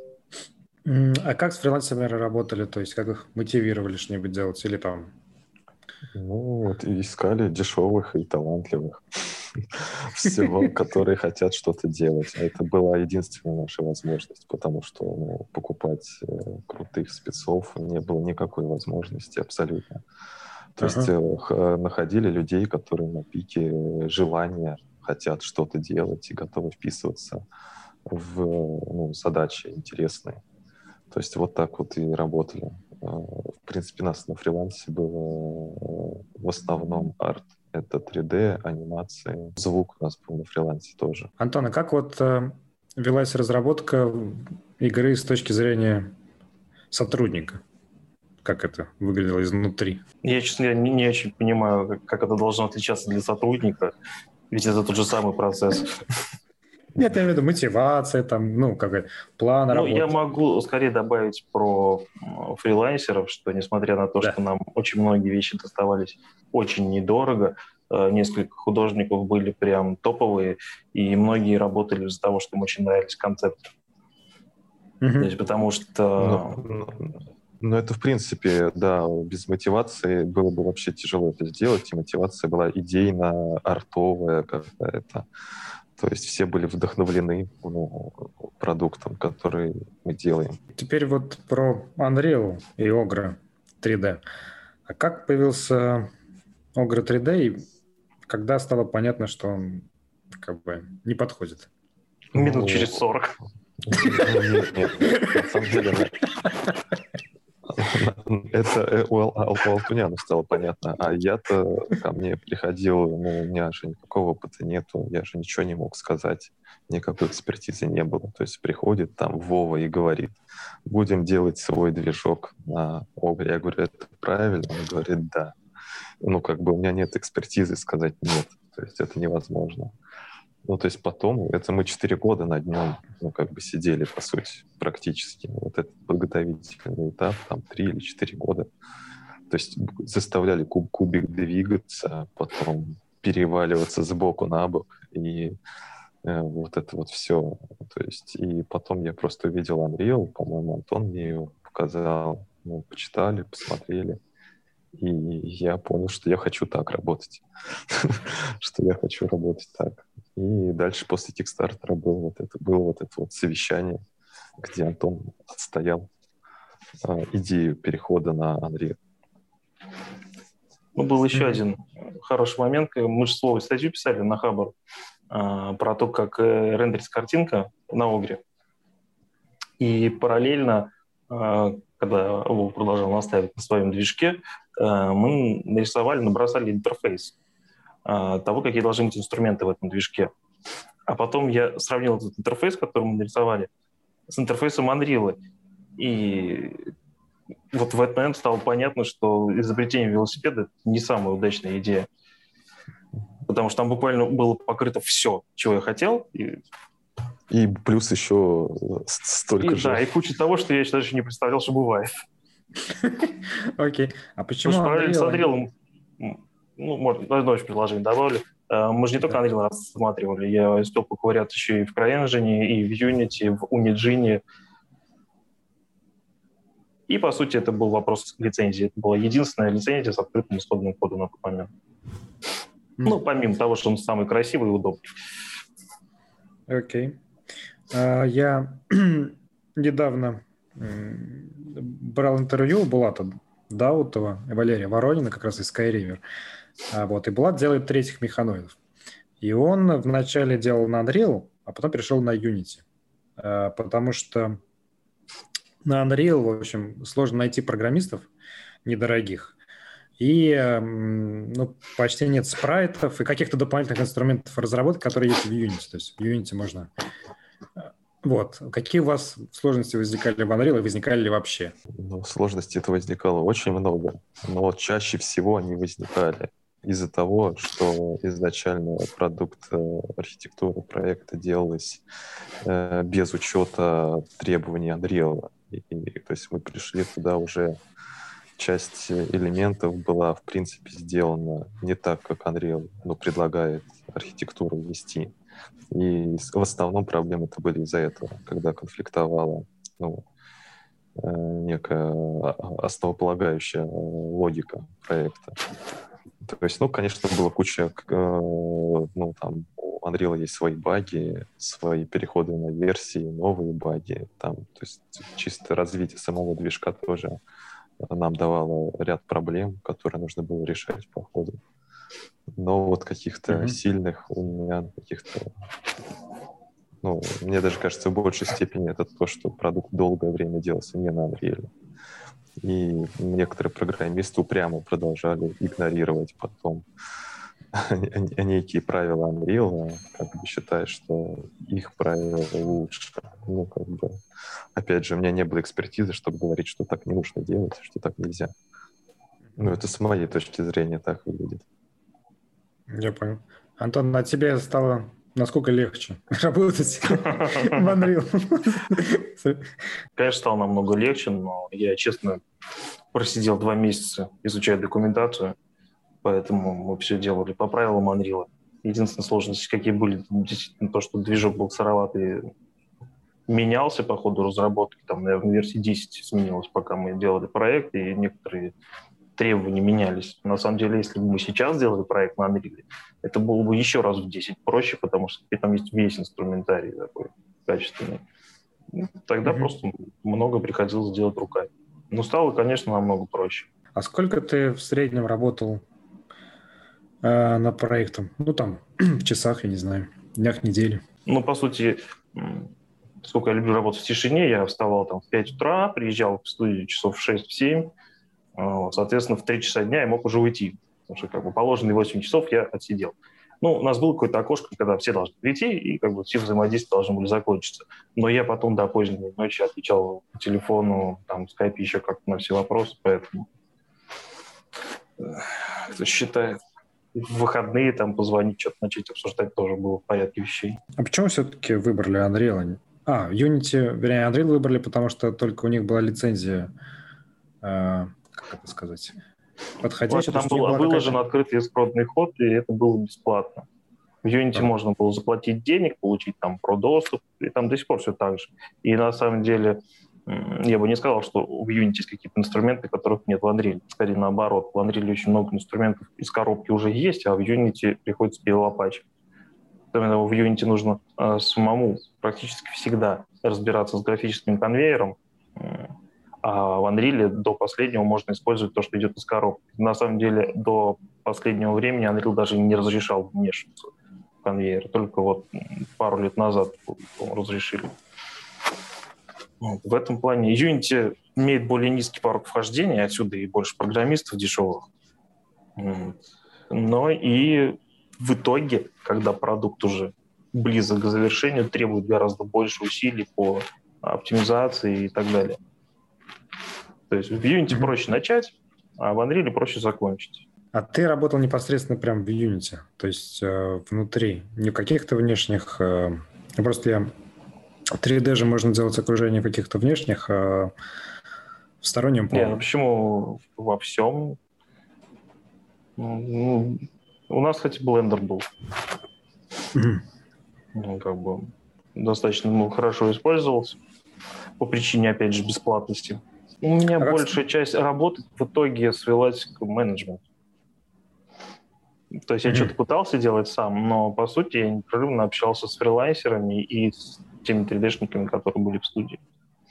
А как с фрилансерами работали? То есть как их мотивировали что-нибудь делать? Или там...
Ну, вот искали дешевых и талантливых всего, которые хотят что-то делать. Это была единственная наша возможность, потому что покупать крутых спецов не было никакой возможности абсолютно. То есть находили людей, которые на пике желания хотят что-то делать и готовы вписываться в задачи интересные. То есть вот так вот и работали. В принципе, нас на фрилансе было в основном арт. Это 3D, анимации. Звук у нас был на фрилансе тоже.
Антон, а как вот велась разработка игры с точки зрения сотрудника? Как это выглядело изнутри?
Я, честно говоря, не очень понимаю, как это должно отличаться для сотрудника, ведь это тот же самый процесс.
Нет, я имею в виду мотивация, там, план работы.
Я могу скорее добавить про фрилансеров, что несмотря на то, что нам очень многие вещи доставались очень недорого, несколько художников были прям топовые, и многие работали из-за того, что им очень нравились концепты. То есть потому что...
Ну, это, в принципе, да, без мотивации было бы вообще тяжело это сделать, и мотивация была идейно-артовая какая-то. То есть все были вдохновлены продуктом, который мы делаем.
Теперь вот про Unreal и Ogre 3D. А как появился Ogre 3D, и когда стало понятно, что он как бы не подходит?
Минут через 40.
Нет, на самом деле... Это у Алтуняна стало понятно, а я-то ко мне приходил, у меня же никакого опыта нету, я же ничего не мог сказать, никакой экспертизы не было. То есть приходит там Вова и говорит, будем делать свой движок на Ogre. Я говорю, это правильно? Он говорит, да. У меня нет экспертизы сказать нет, то есть это невозможно. То есть потом, это мы 4 года над нем, сидели, по сути, практически. Вот этот подготовительный этап, там, 3 или 4 года. То есть заставляли кубик двигаться, потом переваливаться сбоку на бок, и вот это вот все. То есть, и потом я просто увидел Unreal, по-моему, Антон мне ее показал, почитали, посмотрели. И я понял, что я хочу так работать. Что я хочу работать так. И дальше после Kickstarter было вот это совещание, где Антон отстоял идею перехода на Unreal.
Был еще один хороший момент. Мы же слово статью писали на Хабр про то, как рендерится картинка на Ogre. И параллельно, когда Вова продолжал настаивать на своем движке, мы нарисовали, набросали интерфейс того, какие должны быть инструменты в этом движке. А потом я сравнил этот интерфейс, который мы нарисовали, с интерфейсом Unreal. И вот в этот момент стало понятно, что изобретение велосипеда – это не самая удачная идея. Потому что там буквально было покрыто все, чего я хотел.
И плюс еще столько же.
Да, и куча того, что я даже не представлял, что бывает.
Окей. А почему
Unreal? С Unreal, может, одно из предложений добавлю. Мы же не только Unreal рассматривали. Я успел поковыряться еще и в CryEngine, и в Unity, в Unigine. И, по сути, это был вопрос лицензии. Это была единственная лицензия с открытым исходным кодом на тот момент. Помимо того, что он самый красивый и удобный.
Окей. Я недавно брал интервью у Булата Даутова и Валерия Воронина, как раз из Skyriver. И Булат делает третьих механоидов. И он вначале делал на Unreal, а потом перешел на Unity. Потому что на Unreal, в общем, сложно найти программистов недорогих. И почти нет спрайтов и каких-то дополнительных инструментов разработки, которые есть в Unity. То есть в Unity можно... Вот. Какие у вас сложности возникали в Unreal и возникали ли вообще?
Сложностей это возникало очень много, но чаще всего они возникали из-за того, что изначально продукт архитектуры проекта делалась без учета требований Unreal. То есть мы пришли туда уже, часть элементов была, в принципе, сделана не так, как Unreal предлагает архитектуру вести. И в основном проблемы-то были из-за этого, когда конфликтовала некая основополагающая логика проекта. То есть, конечно, было куча, там у Unreal есть свои баги, свои переходы на версии, новые баги. То есть чисто развитие самого движка тоже нам давало ряд проблем, которые нужно было решать по ходу. Но вот каких-то сильных у меня, мне даже кажется, в большей степени это то, что продукт долгое время делался не на Unreal. И некоторые программисты упрямо продолжали игнорировать потом некие правила Unreal, считая, что их правила лучше. Опять же, у меня не было экспертизы, чтобы говорить, что так не нужно делать, что так нельзя. Это с моей точки зрения так выглядит.
Я понял. Антон, а тебе стало насколько легче работать в Unreal?
Конечно, стало намного легче, но я, честно, просидел 2 месяца, изучая документацию, поэтому мы все делали по правилам Unreal. Единственные сложности, какие были, действительно то, что движок был сыроватый, менялся по ходу разработки. Там, наверное, версии 10 сменилось, пока мы делали проект, и некоторые требования менялись. На самом деле, если бы мы сейчас сделали проект на Unreal, это было бы еще раз в 10 проще, потому что там есть весь инструментарий такой качественный. Тогда просто много приходилось делать руками. Но стало, конечно, намного проще.
А сколько ты в среднем работал над проектом? В часах, я не знаю, днях, недели.
По сути, сколько я люблю работать в тишине, я вставал в 5 утра, приезжал в студию часов в 6-7, соответственно, в 3 часа дня я мог уже уйти, потому что положенные 8 часов я отсидел. У нас было какое-то окошко, когда все должны прийти, и все взаимодействия должны были закончиться. Но я потом до поздней ночи отвечал по телефону, в скайпе еще как-то на все вопросы, поэтому кто считает, в выходные позвонить, что-то начать обсуждать тоже было в порядке вещей.
А почему все-таки выбрали Unreal? Unity, вернее, Unreal выбрали, потому что только у них была лицензия, как это сказать, подходящая.
Там был выложен открытый исходный код, и это было бесплатно. В Unity можно было заплатить денег, получить про-доступ, и там до сих пор все так же. И на самом деле я бы не сказал, что в Unity есть какие-то инструменты, которых нет в Unreal. Скорее наоборот. В Unreal очень много инструментов из коробки уже есть, а в Unity приходится перелопачивать. Кроме того, в Unity нужно самому практически всегда разбираться с графическим конвейером, а в Unreal до последнего можно использовать то, что идет из коробки. На самом деле, до последнего времени Unreal даже не разрешал вмешиваться в конвейер. Только пару лет назад разрешили. В этом плане Unity имеет более низкий порог вхождения, отсюда и больше программистов дешевых. Но и в итоге, когда продукт уже близок к завершению, требует гораздо больше усилий по оптимизации и так далее. То есть в Unity проще начать, а в Unreal проще закончить.
А ты работал непосредственно прям в Unity, то есть внутри, не в каких-то внешних... Просто 3D же можно делать окружение каких-то внешних, в стороннем поле.
Почему во всем? У нас, кстати, Blender был. Достаточно хорошо использовался по причине, опять же, бесплатности. У меня большая часть работы в итоге свелась к менеджменту. То есть я что-то пытался делать сам, но, по сути, я непрерывно общался с фрилансерами и с теми 3D-шниками, которые были в студии.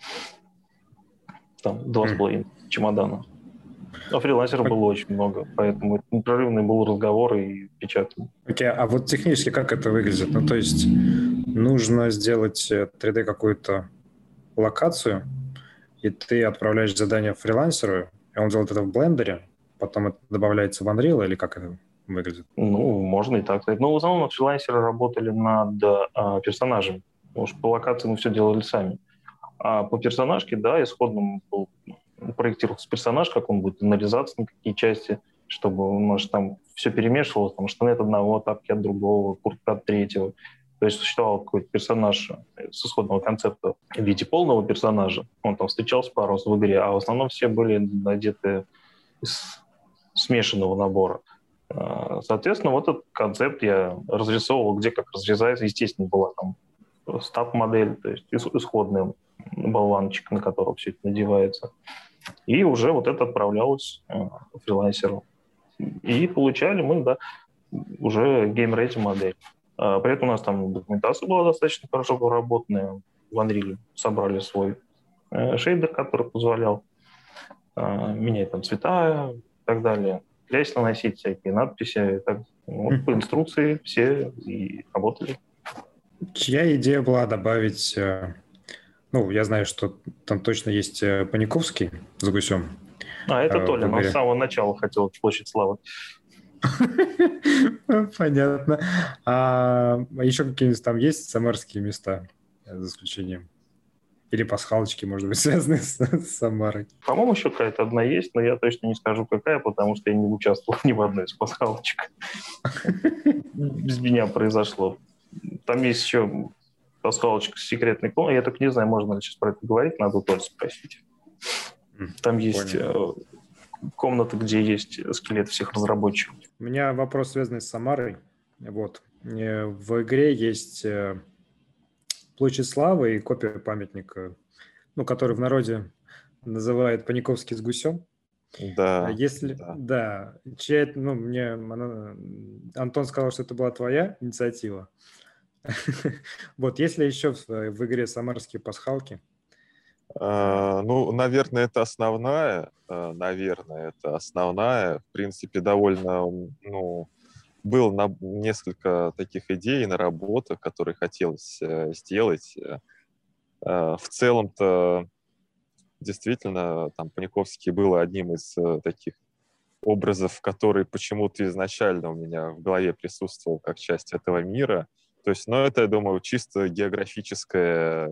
2,5 чемодана. А фрилансеров было очень много, поэтому непрерывный был разговор и печатание.
Окей, а вот технически как это выглядит? То есть нужно сделать 3D какую-то локацию, и ты отправляешь задание фрилансеру, и он делает это в блендере, потом это добавляется в Unreal, или как это выглядит?
Ну, можно и так сказать. Но в основном фрилансеры работали над персонажем, потому что по локации мы все делали сами. А по персонажке, да, исходно был, проектировался персонаж, как он будет анализаться, на какие части, чтобы у нас там все перемешивалось, там штаны от одного, тапки от другого, куртка от третьего. То есть существовал какой-то персонаж с исходного концепта в виде полного персонажа. Он там встречался пару раз в игре, а в основном все были надеты из смешанного набора. Соответственно, вот этот концепт я разрисовывал, где как разрезается. Естественно, была там стаб-модель, то есть исходный болванчик, на которого все это надевается. И уже вот это отправлялось фрилансеру. И получали мы, да, уже гейм-реди модель. При этом у нас там документация была достаточно хорошо проработанная. В Unreal собрали свой шейдер, который позволял менять там цвета и так далее. Грязь наносить, всякие надписи. Так, вот, по инструкции все и работали.
Чья идея была добавить... Ну, я знаю, что там точно есть Паниковский с гусем.
Это Толя, он с самого начала хотел Площадь Славы.
Понятно. А еще какие-нибудь там есть самарские места, за исключением? Или пасхалочки, может быть, связанные с Самарой?
По-моему, еще какая-то одна есть, но я точно не скажу, какая, потому что я не участвовал ни в одной из пасхалочек. Без меня произошло. Там есть еще пасхалочка с секретной комнатой. Я только не знаю, можно ли сейчас про это говорить, надо тоже спросить. Там есть комната, где есть скелет всех разработчиков.
У меня вопрос, связанный с Самарой. Вот. В игре есть Площадь Славы и копия памятника, ну, который в народе называют Паниковский с гусем.
Да.
Если, да, ну, Антон сказал, что это была твоя инициатива. Вот, есть ли еще в игре самарские пасхалки?
Ну, наверное, это основная. В принципе, довольно, ну, было несколько таких идей, наработок, которые хотелось сделать. В целом-то, действительно, там Паниковский был одним из таких образов, который почему-то изначально у меня в голове присутствовал как часть этого мира. То есть, ну, это, я думаю, чисто географическое,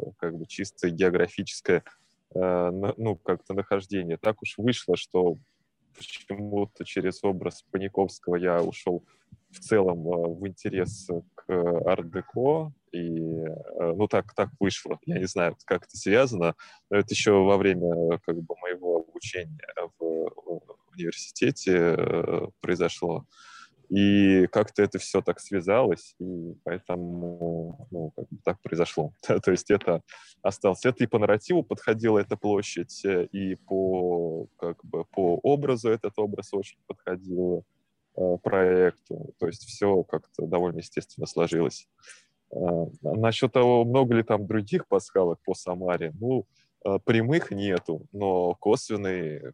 ну, как-то нахождение. Так уж вышло, что почему-то через образ Паниковского я ушел в целом в интерес к арт-деко, и, ну, так вышло. Я не знаю, как это связано, но это еще во время, как бы, моего обучения в университете произошло. И как-то это все так связалось, и поэтому, ну, как бы так произошло. То есть это осталось. Это и по нарративу подходила эта площадь, и по образу этот образ очень подходил проекту. То есть все как-то довольно естественно сложилось. Насчет того, много ли там других пасхалок по Самаре, ну, прямых нету, но косвенные,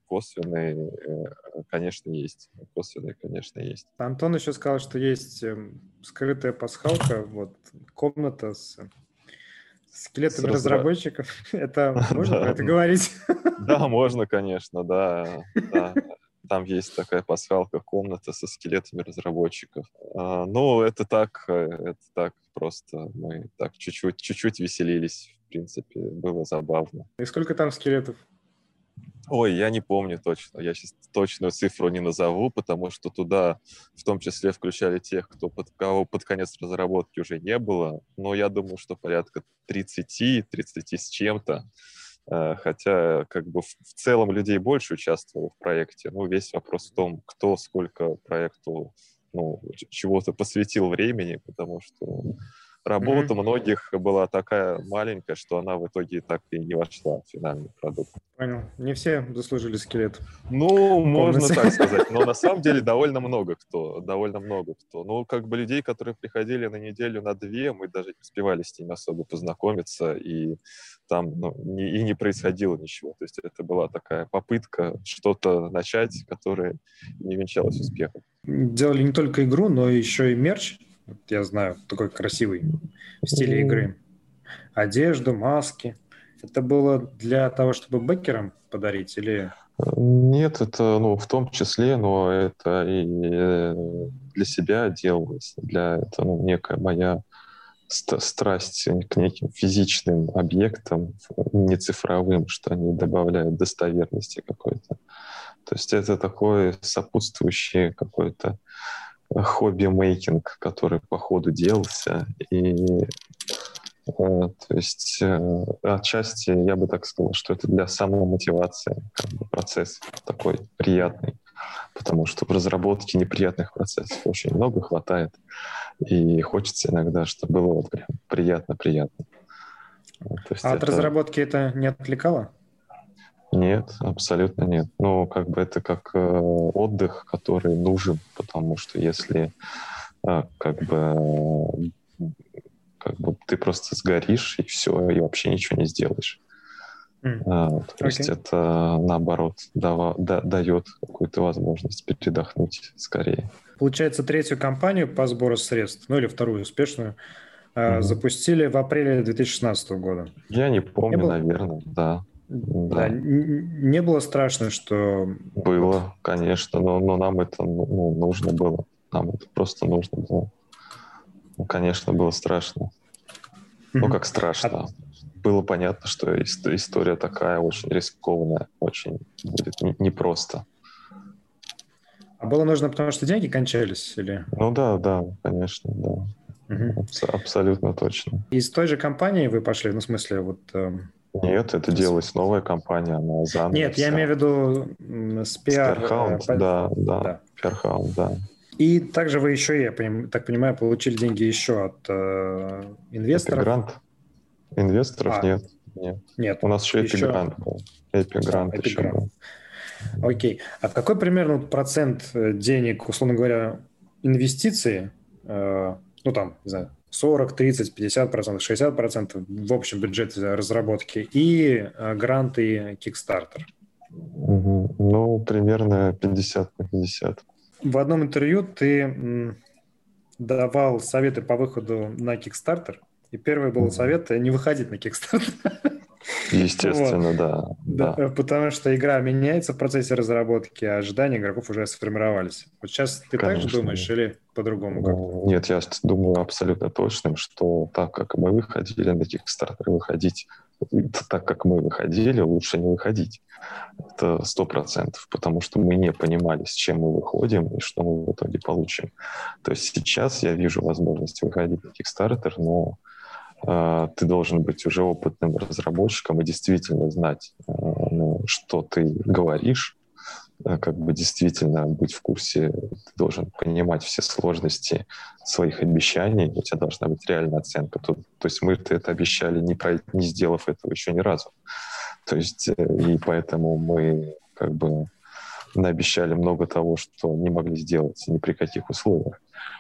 конечно, есть.
Антон еще сказал, что есть скрытая пасхалка, вот комната с скелетами разработчиков. Это можно про это говорить?
Да, можно, конечно, да. Там есть такая пасхалка, комната со скелетами разработчиков. Ну, это так просто. Мы так чуть-чуть веселились. В принципе, было забавно.
И сколько там скелетов?
Ой, я не помню точно. Я сейчас точную цифру не назову, потому что туда в том числе включали тех, кого под конец разработки уже не было. Но я думаю, что порядка 30 с чем-то. Хотя как бы в целом людей больше участвовало в проекте. Ну, весь вопрос в том, кто сколько проекту, ну, чего-то посвятил времени, потому что работа многих была такая маленькая, что она в итоге так и не вошла в финальный продукт.
Понял. Не все заслужили скелет.
Ну, можно так сказать. Но на самом деле довольно много кто. Ну, как бы людей, которые приходили на неделю, на две, мы даже не успевали с ними особо познакомиться, и там не происходило ничего. То есть это была такая попытка что-то начать, которое не венчалось успехом.
Делали не только игру, но еще и мерч. Я знаю, такой красивый в стиле игры. Одежду, маски. Это было для того, чтобы бэкерам подарить или...
Нет, это, в том числе, но это и для себя делалось, это, некая моя страсть к неким физичным объектам, не цифровым, что они добавляют достоверности какой-то. То есть это такой сопутствующий какой-то хобби-мейкинг, который по ходу делался. И то есть отчасти я бы так сказал, что это для самомотивации, процесс такой приятный, потому что в разработке неприятных процессов очень много хватает, и хочется иногда, чтобы было вот прям приятно-приятно.
От разработки это не отвлекало?
Нет, абсолютно нет. Это как отдых, который нужен, потому что если ты просто сгоришь, и все, и вообще ничего не сделаешь. То есть это, наоборот, дает какую-то возможность передохнуть скорее.
Получается, третью кампанию по сбору средств, или вторую успешную, запустили в апреле 2016 года.
Я не помню, наверное, да.
Да. Не было страшно, что...
Было, конечно, но нам это нужно было. Нам это просто нужно было. Конечно, было страшно. Как страшно. Было понятно, что история такая очень рискованная, очень будет непросто.
А было нужно, потому что деньги кончались? Или?
Да, конечно, да. Абсолютно точно.
Из той же компании вы пошли? В смысле,
Нет, это делалась новая компания, она заново.
Нет, я имею в виду
Spearhound, да. Spearhound, да.
И также вы еще, я так понимаю, получили деньги еще от инвесторов?
Эпигрант? Инвесторов нет. У нас еще Эпигрант был. Эпигрант еще был.
Окей. А какой примерно процент денег, условно говоря, инвестиции, не знаю, 40, 30, 50%, 60% в общем бюджете разработки и гранты Kickstarter?
Примерно 50 на 50.
В одном интервью ты давал советы по выходу на Kickstarter, и первый был совет не выходить на Kickstarter.
Естественно, да.
Потому что игра меняется в процессе разработки, а ожидания игроков уже сформировались. Вот сейчас ты так же думаешь или по-другому как-то?
Нет, я думаю абсолютно точно, что так как мы выходили на Kickstarter, выходить так, как мы выходили, лучше не выходить. Это 100%, потому что мы не понимали, с чем мы выходим и что мы в итоге получим. То есть сейчас я вижу возможность выходить на Kickstarter, но ты должен быть уже опытным разработчиком и действительно знать, что ты говоришь, действительно быть в курсе, ты должен понимать все сложности своих обещаний, у тебя должна быть реальная оценка. То есть мы-то это обещали, не сделав этого еще ни разу. То есть и поэтому мы наобещали много того, что не могли сделать ни при каких условиях.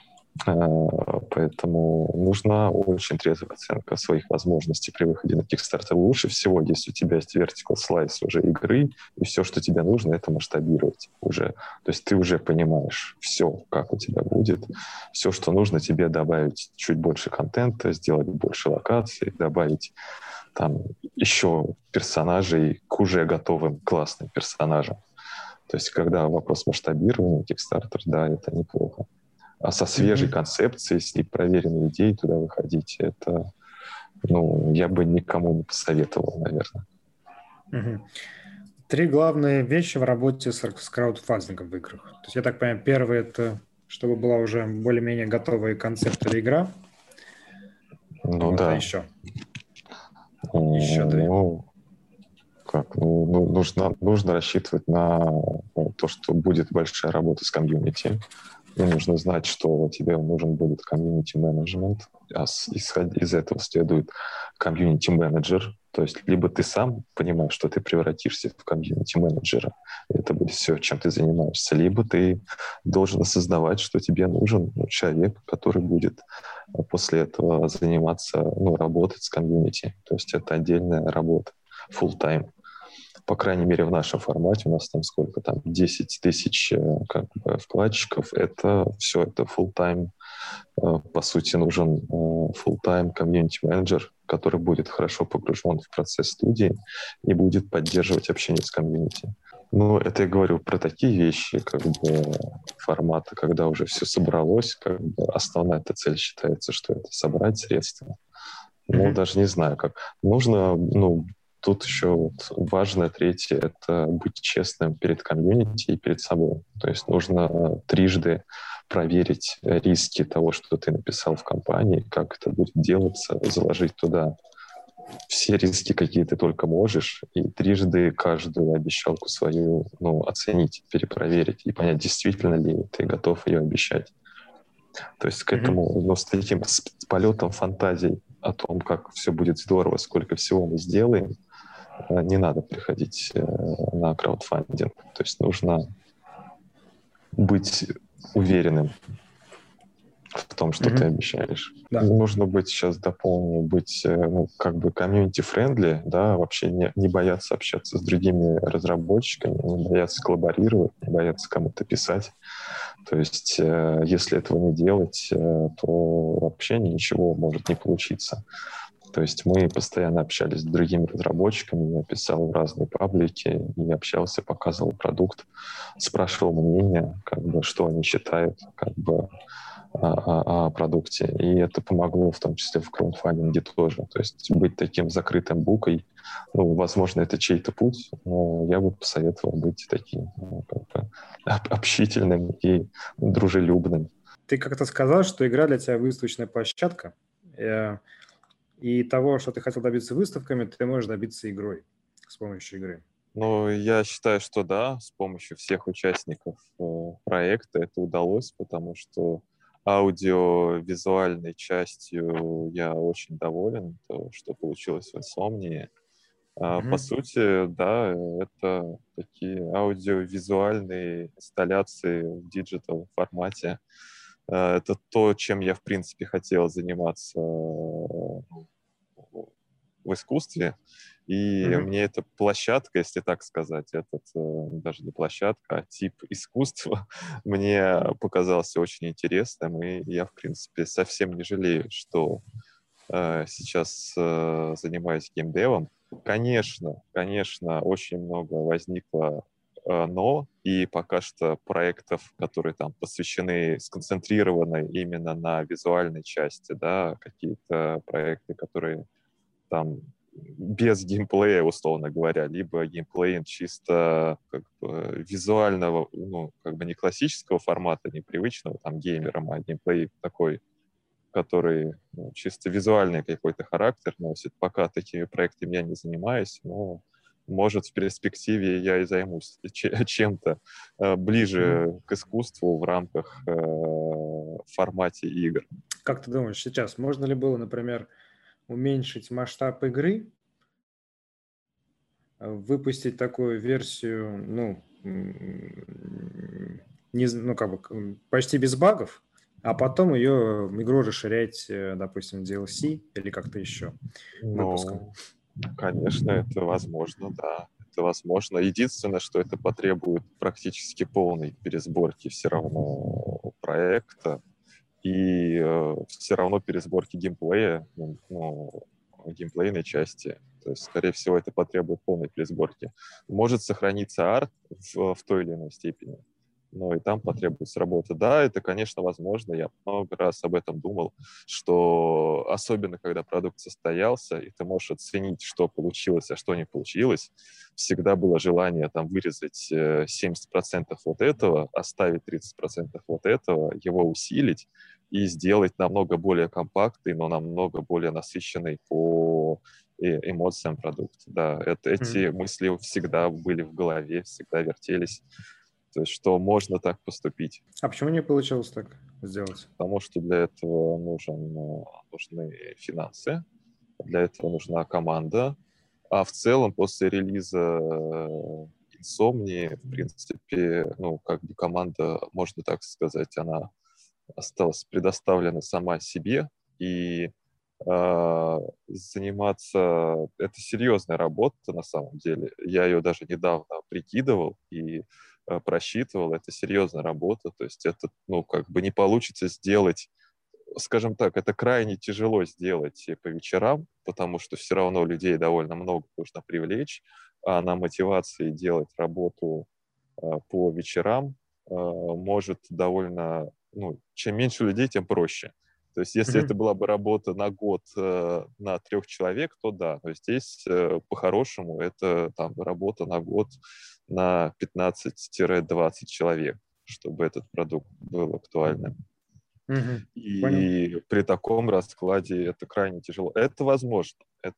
Поэтому нужна очень трезвая оценка своих возможностей при выходе на Kickstarter. Лучше всего, если у тебя есть vertical slice уже игры, и все, что тебе нужно, это масштабировать уже. То есть ты уже понимаешь все, как у тебя будет. Все, что нужно тебе добавить чуть больше контента, сделать больше локаций, добавить там еще персонажей к уже готовым классным персонажам. То есть когда вопрос масштабирования Kickstarter, да, это неплохо. А со свежей концепцией, с непроверенной идеей туда выходить, это, я бы никому не посоветовал, наверное.
3 главные вещи в работе с краудфандингом в играх. То есть, я так понимаю, первое – это чтобы была уже более-менее готовая концепт или игра.
Да.
А еще? Еще 2.
Нужно рассчитывать на то, что будет большая работа с комьюнити. И нужно знать, что тебе нужен будет комьюнити-менеджмент, а из этого следует комьюнити-менеджер. То есть либо ты сам понимаешь, что ты превратишься в комьюнити-менеджера, и это будет все, чем ты занимаешься, либо ты должен осознавать, что тебе нужен человек, который будет после этого заниматься, работать с комьюнити. То есть это отдельная работа, full-time. По крайней мере, в нашем формате у нас там 10 тысяч вкладчиков. Это все, это full-time По сути, нужен full-time комьюнити-менеджер, который будет хорошо погружен в процесс студии и будет поддерживать общение с комьюнити. Ну, это я говорю про такие вещи, как бы формата, когда уже все собралось, как бы основная эта цель считается, что это собрать средства. Ну, даже не знаю, как. Нужно, ну, тут еще вот важное третье — это быть честным перед комьюнити и перед собой. То есть нужно трижды проверить риски того, что ты написал в компании, как это будет делаться, заложить туда все риски, какие ты только можешь, и трижды каждую обещалку свою, ну, оценить, перепроверить и понять, действительно ли ты готов ее обещать. То есть к этому, ну, с таким с полетом фантазий о том, как все будет здорово, сколько всего мы сделаем, не надо приходить на краудфандинг. То есть нужно быть уверенным в том, что ты обещаешь.
Да.
Нужно быть, сейчас дополню, быть, ну, как бы комьюнити-френдли, да, вообще не бояться общаться с другими разработчиками, не бояться коллаборировать, не бояться кому-то писать. То есть если этого не делать, то вообще ничего может не получиться. То есть мы постоянно общались с другими разработчиками, я писал в разные паблики и общался, показывал продукт, спрашивал мнение, как бы, что они считают, как бы, о продукте. И это помогло в том числе в краудфандинге тоже. То есть быть таким закрытым букой, ну, возможно, это чей-то путь, но я бы посоветовал быть таким, ну, как бы общительным и дружелюбным.
Ты как-то сказал, что игра для тебя выставочная площадка, и того, что ты хотел добиться выставками, ты можешь добиться игрой, с помощью игры.
Ну, я считаю, что да, с помощью всех участников проекта это удалось, потому что аудиовизуальной частью я очень доволен, то, что получилось в Insomnia. По сути, да, это такие аудиовизуальные инсталляции в диджитал формате. Это то, чем я, в принципе, хотел заниматься в искусстве. И мне эта площадка, если так сказать, даже не площадка, а тип искусства мне показался очень интересным. И я, в принципе, совсем не жалею, что сейчас занимаюсь геймдевом. Конечно, очень много возникло но, и пока что проектов, которые там посвящены, сконцентрированы именно на визуальной части, да, какие-то проекты, которые там без геймплея, условно говоря, либо геймплей чисто как бы визуального, ну, как бы не классического формата, не привычного там геймерам, а геймплей такой, который, ну, чисто визуальный какой-то характер носит. Пока такими проектами я не занимаюсь, но может в перспективе я и займусь чем-то ближе к искусству в рамках формате игр.
Как ты думаешь, сейчас можно ли было, например, уменьшить масштаб игры, выпустить такую версию, ну, почти без багов, а потом ее игру расширять, допустим, DLC или как-то еще выпуском?
Конечно, это возможно, да. Это возможно. Единственное, что это потребует практически полной пересборки все равно проекта и все равно пересборки геймплея, ну, геймплейной части. То есть, скорее всего, это потребует полной пересборки. Может сохраниться арт в той или иной степени, но и там потребуется работа. Да, это, конечно, возможно. Я много раз об этом думал, что особенно, когда продукт состоялся, и ты можешь оценить, что получилось, а что не получилось, всегда было желание там вырезать 70% вот этого, оставить 30% вот этого, его усилить и сделать намного более компактный, но намного более насыщенный по эмоциям продукт. Да, эти мысли всегда были в голове, всегда вертелись. То есть, что можно так поступить.
А почему не получилось так сделать?
Потому что для этого нужны финансы, для этого нужна команда. А в целом, после релиза Insomnia, в принципе, ну, как бы команда, можно так сказать, она осталась предоставлена сама себе, и заниматься... Это серьезная работа, на самом деле. Я ее даже недавно прикидывал и просчитывал. Это серьезная работа. То есть это, ну, как бы не получится сделать скажем так, это крайне тяжело сделать по вечерам, потому что все равно людей довольно много нужно привлечь, а на мотивации делать работу по вечерам может довольно... Ну, чем меньше людей, тем проще. То есть если это была бы работа на год на 3 человек, то да. Но здесь по-хорошему это там работа на год на 15-20 человек, чтобы этот продукт был актуальным.
Понял.
И при таком раскладе это крайне тяжело. Это возможно.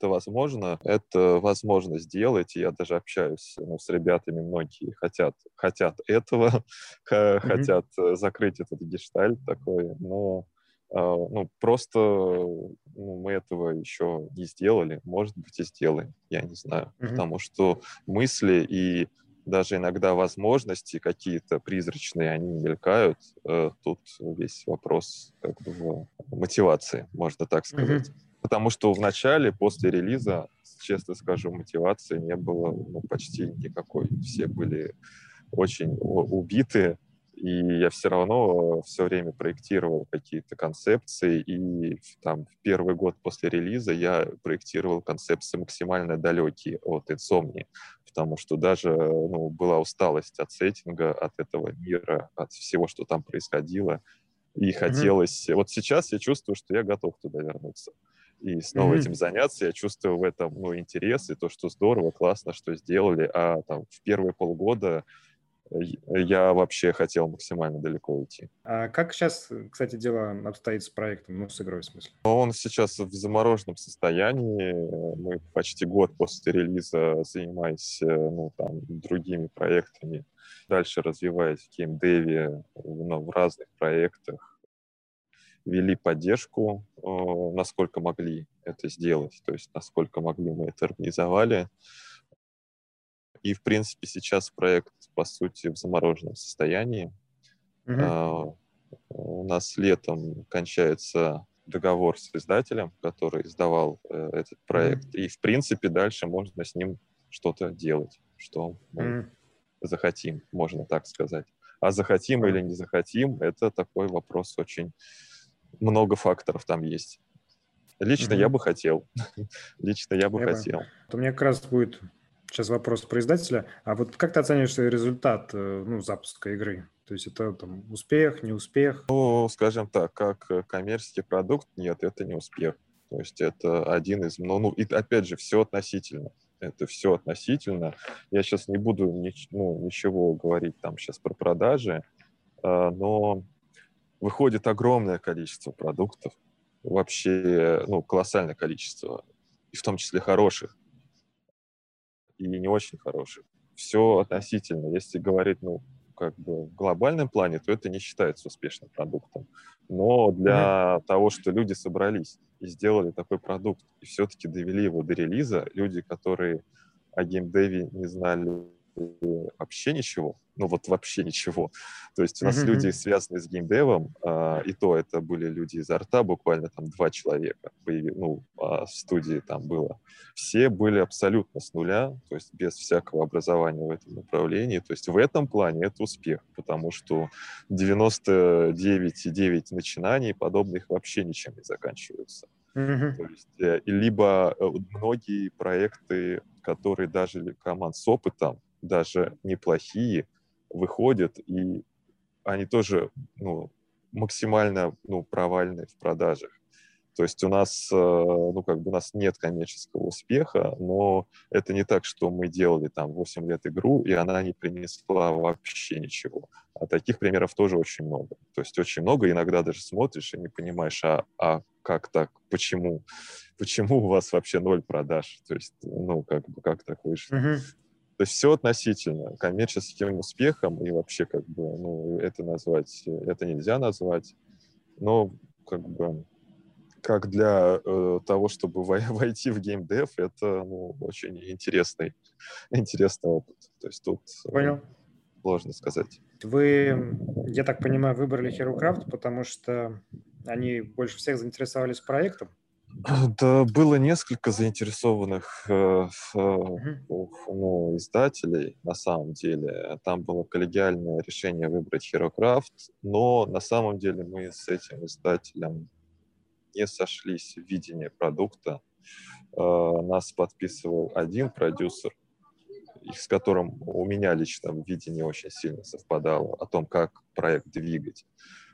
Это возможно сделать. И я даже общаюсь с ребятами, многие хотят этого, хотят закрыть этот гештальт такой, но просто мы этого еще не сделали. Может быть, и сделаем, я не знаю. Потому что мысли и даже иногда возможности какие-то призрачные, они мелькают. Тут весь вопрос как бы мотивации, можно так сказать. Потому что в начале, после релиза, честно скажу, мотивации не было почти никакой. Все были очень убиты, и я все равно все время проектировал какие-то концепции, и там в первый год после релиза я проектировал концепции максимально далекие от Insomnia, потому что даже была усталость от сеттинга, от этого мира, от всего, что там происходило, и хотелось... Вот сейчас я чувствую, что я готов туда вернуться. И снова этим заняться, я чувствую в этом интерес, и то, что здорово, классно, что сделали, а там в первые полгода я вообще хотел максимально далеко уйти.
А как сейчас, кстати, дело обстоит с проектом, с игрой в смысле?
Он сейчас в замороженном состоянии. Мы почти год после релиза занимались другими проектами, дальше развиваясь в геймдеве, в разных проектах. Вели поддержку, насколько могли это сделать, то есть насколько могли мы это организовали. И, в принципе, сейчас проект, по сути, в замороженном состоянии. У нас летом кончается договор с издателем, который издавал этот проект. И, в принципе, дальше можно с ним что-то делать, что мы захотим, можно так сказать. А захотим или не захотим, это такой вопрос, очень много факторов там есть. Лично я бы хотел. Лично я бы хотел.
У меня как раз будет сейчас вопрос про издателя. А вот как ты оцениваешь результат запуска игры? То есть это там успех, не успех?
Ну, скажем так, как коммерческий продукт, нет, это не успех. То есть это один из... и опять же, все относительно. Это все относительно. Я сейчас не буду ничего говорить там сейчас про продажи, но выходит огромное количество продуктов, вообще колоссальное количество, и в том числе хороших, и не очень хороших. Все относительно. Если говорить, в глобальном плане, то это не считается успешным продуктом. Но для того, что люди собрались и сделали такой продукт, и все-таки довели его до релиза, люди, которые о геймдеве не знали вообще ничего, вообще ничего. То есть у нас люди, связанные с геймдевом, и то это были люди из арта, буквально там 2 человека в студии там было. Все были абсолютно с нуля, то есть без всякого образования в этом направлении. То есть в этом плане это успех, потому что 99,9 начинаний подобных вообще ничем не заканчиваются. То есть, либо многие проекты, которые даже команд с опытом, даже неплохие, выходят, и они тоже максимально провальны в продажах. То есть у нас, у нас нет коммерческого успеха, но это не так, что мы делали там 8 лет игру, и она не принесла вообще ничего. А таких примеров тоже очень много. То есть очень много, иногда даже смотришь и не понимаешь, а как так, почему у вас вообще 0 продаж? То есть, как так вышло? То есть все относительно. Коммерческим успехом и вообще это нельзя назвать. Но как для того, чтобы войти в геймдев, это очень интересный опыт. То есть тут
Понял.
сложно сказать.
Вы, я так понимаю, выбрали HeroCraft, потому что они больше всех заинтересовались проектом?
Да, было несколько заинтересованных издателей, на самом деле. Там было коллегиальное решение выбрать HeroCraft, но на самом деле мы с этим издателем не сошлись в видении продукта. Нас подписывал один продюсер, с которым у меня лично видение очень сильно совпадало о том, как проект двигать.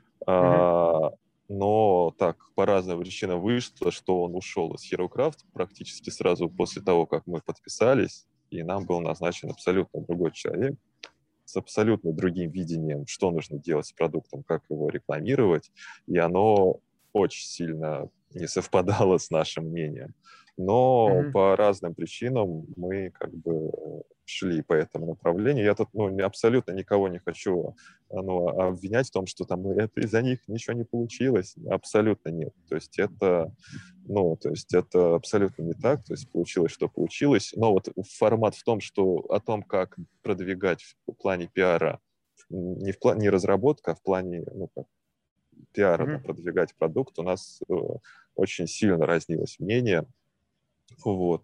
Но так по разным причинам вышло, что он ушел из HeroCraft практически сразу после того, как мы подписались, и нам был назначен абсолютно другой человек с абсолютно другим видением, что нужно делать с продуктом, как его рекламировать, и оно очень сильно не совпадало с нашим мнением. Но по разным причинам мы как бы шли по этому направлению. Я тут абсолютно никого не хочу обвинять в том, что там это из-за них ничего не получилось. Абсолютно нет. То есть это абсолютно не так. То есть получилось, что получилось. Но вот формат в том, что о том, как продвигать в плане пиара, не разработка, а в плане пиара, продвигать продукт, у нас очень сильно разнилось мнение. Вот,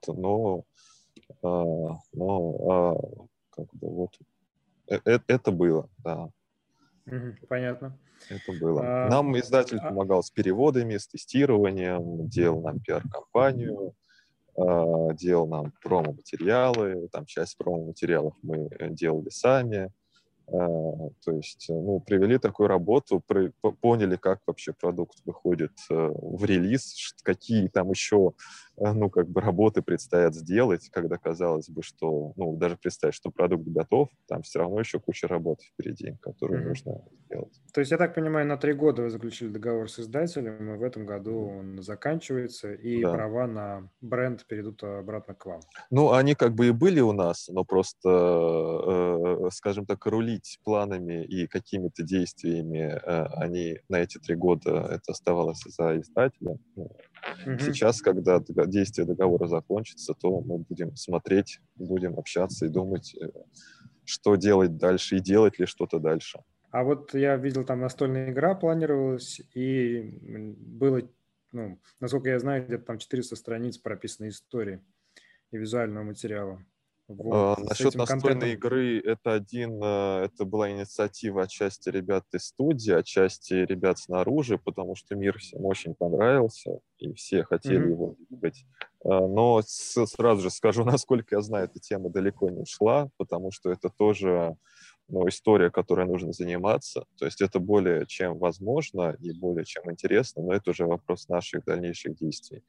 это было, да.
Понятно.
Это было. Нам издатель помогал с переводами, с тестированием, делал нам пиар-компанию, делал нам промо-материалы, там часть промо-материалов мы делали сами. То есть, привели такую работу, поняли, как вообще продукт выходит в релиз, какие там еще, работы предстоят сделать, когда казалось бы, что, даже представить, что продукт готов, там все равно еще куча работы впереди, которую нужно сделать.
То есть, я так понимаю, на 3 года вы заключили договор с издателем, и в этом году он заканчивается, и права на бренд перейдут обратно к вам.
Они как бы и были у нас, но просто, скажем так, рулить планами и какими-то действиями они на эти 3 года, это оставалось за издателем. Сейчас, когда действие договора закончится, то мы будем смотреть, будем общаться и думать, что делать дальше и делать ли что-то дальше.
А вот я видел, там настольная игра планировалась, и было, насколько я знаю, где-то там 400 страниц прописанной истории и визуального материала. Вот.
Насчет настольной игры, это была инициатива отчасти ребят из студии, отчасти ребят снаружи, потому что мир всем очень понравился, и все хотели его двигать. Но сразу же скажу, насколько я знаю, эта тема далеко не ушла, потому что это тоже история, которой нужно заниматься. То есть это более чем возможно и более чем интересно, но это уже вопрос наших дальнейших действий.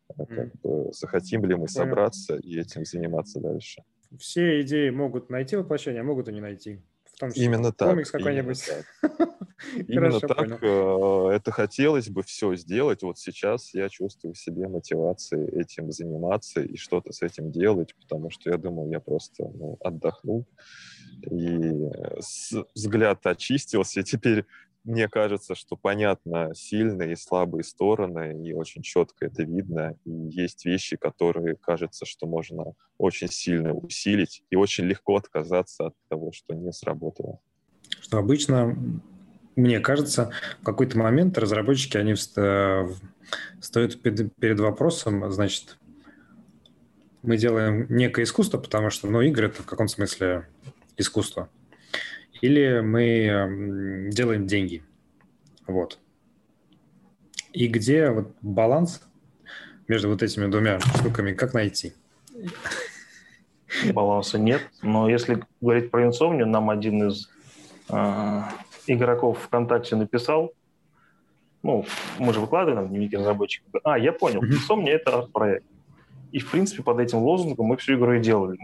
Захотим ли мы собраться и этим заниматься дальше.
Все идеи могут найти воплощение, а могут и не найти. В том числе
именно так,
комикс какой-нибудь.
Именно так. Это хотелось бы все сделать. Вот сейчас я чувствую в себе мотивации этим заниматься и что-то с этим делать, потому что я думаю, я просто отдохнул, и взгляд очистился, и теперь мне кажется, что понятно сильные и слабые стороны, и очень четко это видно. И есть вещи, которые, кажется, что можно очень сильно усилить, и очень легко отказаться от того, что не сработало.
Что обычно, мне кажется, в какой-то момент разработчики, они стоят перед вопросом, значит, мы делаем некое искусство, потому что, игры — это в каком смысле искусство. Или мы делаем деньги. Вот. И где вот баланс между вот этими двумя штуками, как найти?
Баланса нет. Но если говорить про Insomnia, нам один из игроков ВКонтакте написал, мы же выкладываем в дневнике разработчика. Я понял, Insomnia — это арт-проект. И, в принципе, под этим лозунгом мы всю игру и делали.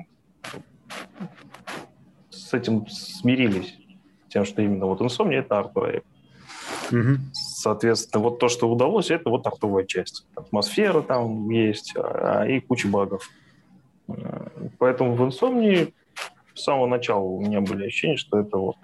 С этим смирились. Тем, что именно вот Insomnia — это арт-проект. Соответственно, вот то, что удалось, это вот артовая часть. Атмосфера там есть, и куча багов. Поэтому в Insomnia с самого начала у меня были ощущения, что это вот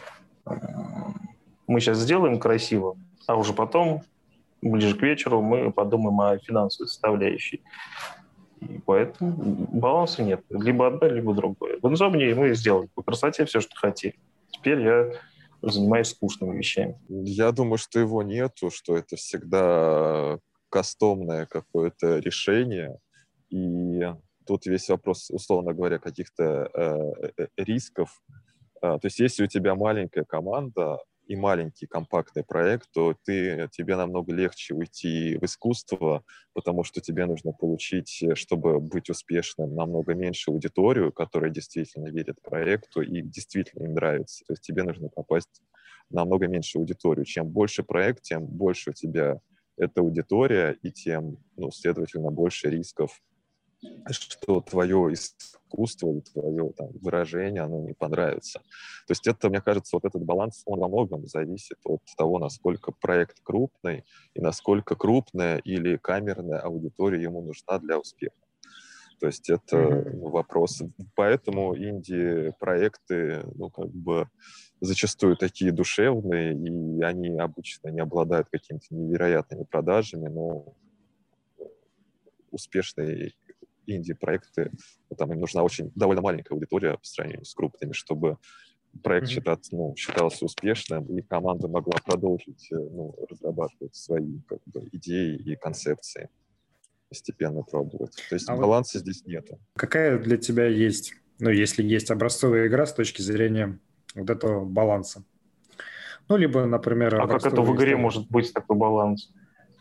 мы сейчас сделаем красиво, а уже потом, ближе к вечеру, мы подумаем о финансовой составляющей. И поэтому баланса нет. Либо одно, либо другое. В Insomnia мы сделали по красоте все, что хотели. Теперь я занимаюсь скучными вещами.
Я думаю, что его нету, что это всегда кастомное какое-то решение. И тут весь вопрос, условно говоря, каких-то рисков. То есть если у тебя маленькая команда, и маленький компактный проект, то тебе намного легче уйти в искусство, потому что тебе нужно получить, чтобы быть успешным, намного меньше аудиторию, которая действительно верит проекту и действительно им нравится. То есть тебе нужно попасть в намного меньше аудиторию. Чем больше проект, тем больше у тебя эта аудитория, и тем, следовательно, больше рисков, что твое искусство, твое выражение, оно не понравится. То есть это, мне кажется, вот этот баланс, он во многом зависит от того, насколько проект крупный и насколько крупная или камерная аудитория ему нужна для успеха. То есть это вопрос. Поэтому инди-проекты, зачастую такие душевные, и они обычно не обладают какими-то невероятными продажами, но успешные инди-проекты, там им нужна довольно маленькая аудитория по сравнению с крупными, чтобы проект считался успешным, и команда могла продолжить разрабатывать свои идеи и концепции, постепенно пробовать. То есть баланса здесь нету.
Какая для тебя есть, если есть образцовая игра с точки зрения вот этого баланса? Либо, например...
А как это в игре может быть такой баланс?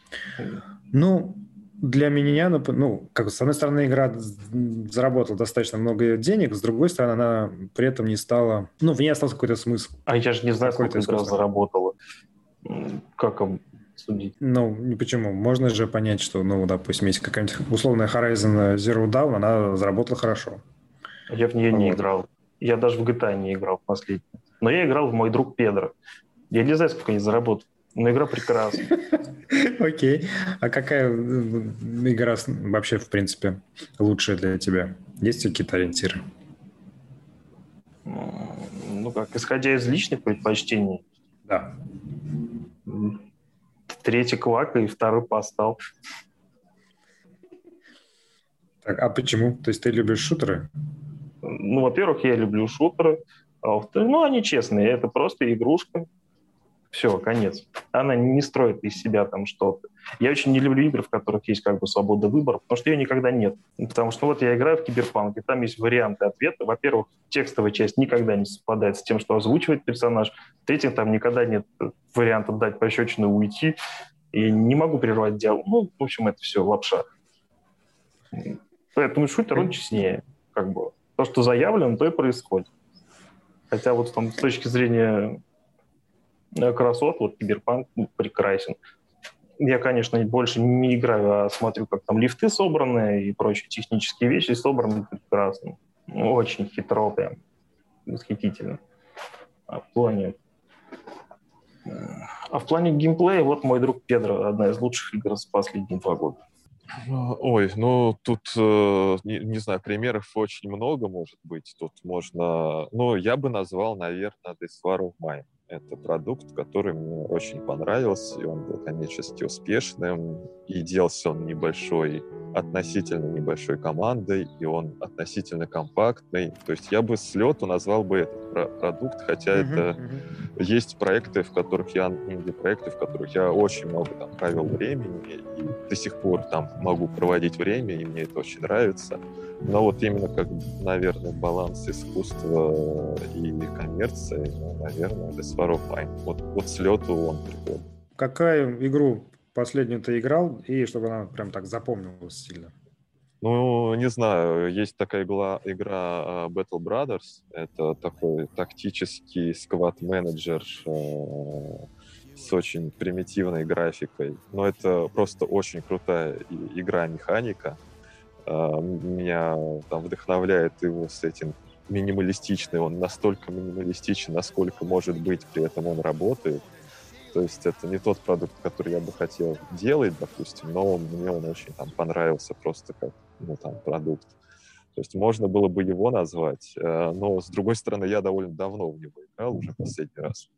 Для меня, с одной стороны, игра заработала достаточно много денег, с другой стороны, она при этом не стала... в ней остался какой-то смысл.
А я же не знаю, сколько игра заработала. Как судить?
Почему? Можно же понять, что, допустим, есть какая-нибудь условная Horizon Zero Dawn, она заработала хорошо.
Я в нее не играл. Я даже в GTA не играл в последний. Но я играл в «Мой друг Педро». Я не знаю, сколько они заработали, но игра прекрасна.
Окей. А какая игра вообще, в принципе, лучшая для тебя? Есть какие-то ориентиры?
Исходя из личных предпочтений.
Да.
3-й Квак и 2-й Постал.
Так, а почему? То есть ты любишь шутеры?
Во-первых, я люблю шутеры. А во-вторых, они честные. Это просто игрушка. Все, конец. Она не строит из себя там что-то. Я очень не люблю игры, в которых есть свобода выбора, потому что ее никогда нет. Потому что я играю в Киберпанк, и там есть варианты ответа. Во-первых, текстовая часть никогда не совпадает с тем, что озвучивает персонаж. В-третьих, там никогда нет варианта дать пощечину и уйти. И не могу прервать диалог. В общем, это все лапша. Поэтому шутер, он честнее. То, что заявлено, то и происходит. Хотя с точки зрения красот, Киберпанк прекрасен. Я, конечно, больше не играю, а смотрю, как там лифты собраны и прочие технические вещи собраны прекрасно. Очень хитро, прям восхитительно. А в плане геймплея, «Мой друг Педро» — одна из лучших игр за последние 2 года.
Ой, тут, не знаю, примеров очень много может быть. Тут можно... я бы назвал, наверное, This War of Mine. Это продукт, который мне очень понравился, и он был коммерчески успешным, и делался он относительно небольшой командой, и он относительно компактный. То есть я бы с лету назвал бы этот продукт, хотя есть проекты, инди-проекты, в которых я очень много там провел времени, и до сих пор там могу проводить время, и мне это очень нравится. Но именно наверное, баланс искусства и коммерции, наверное, This War of Mine. С лету он прикольный.
Какую игру последнюю ты играл, и чтобы она прям так запомнилась сильно?
Не знаю, есть такая игра Battle Brothers. Это такой тактический сквад-менеджер с очень примитивной графикой. Но это просто очень крутая игра-механика. Меня там вдохновляет его с этим минималистичный. Он настолько минималистичен, насколько может быть, при этом он работает. То есть это не тот продукт, который я бы хотел делать, допустим, но мне он очень понравился просто как продукт. То есть можно было бы его назвать, но, с другой стороны, я довольно давно в него играл, уже последний раз.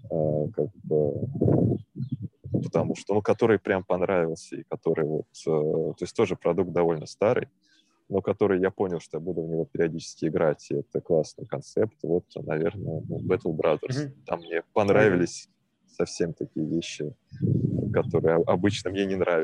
Потому что, который прям понравился, и который то есть тоже продукт довольно старый, но который я понял, что я буду в него периодически играть, и это классный концепт. Наверное, Battle Brothers. Там мне понравились совсем такие вещи, которые обычно мне не нравятся. И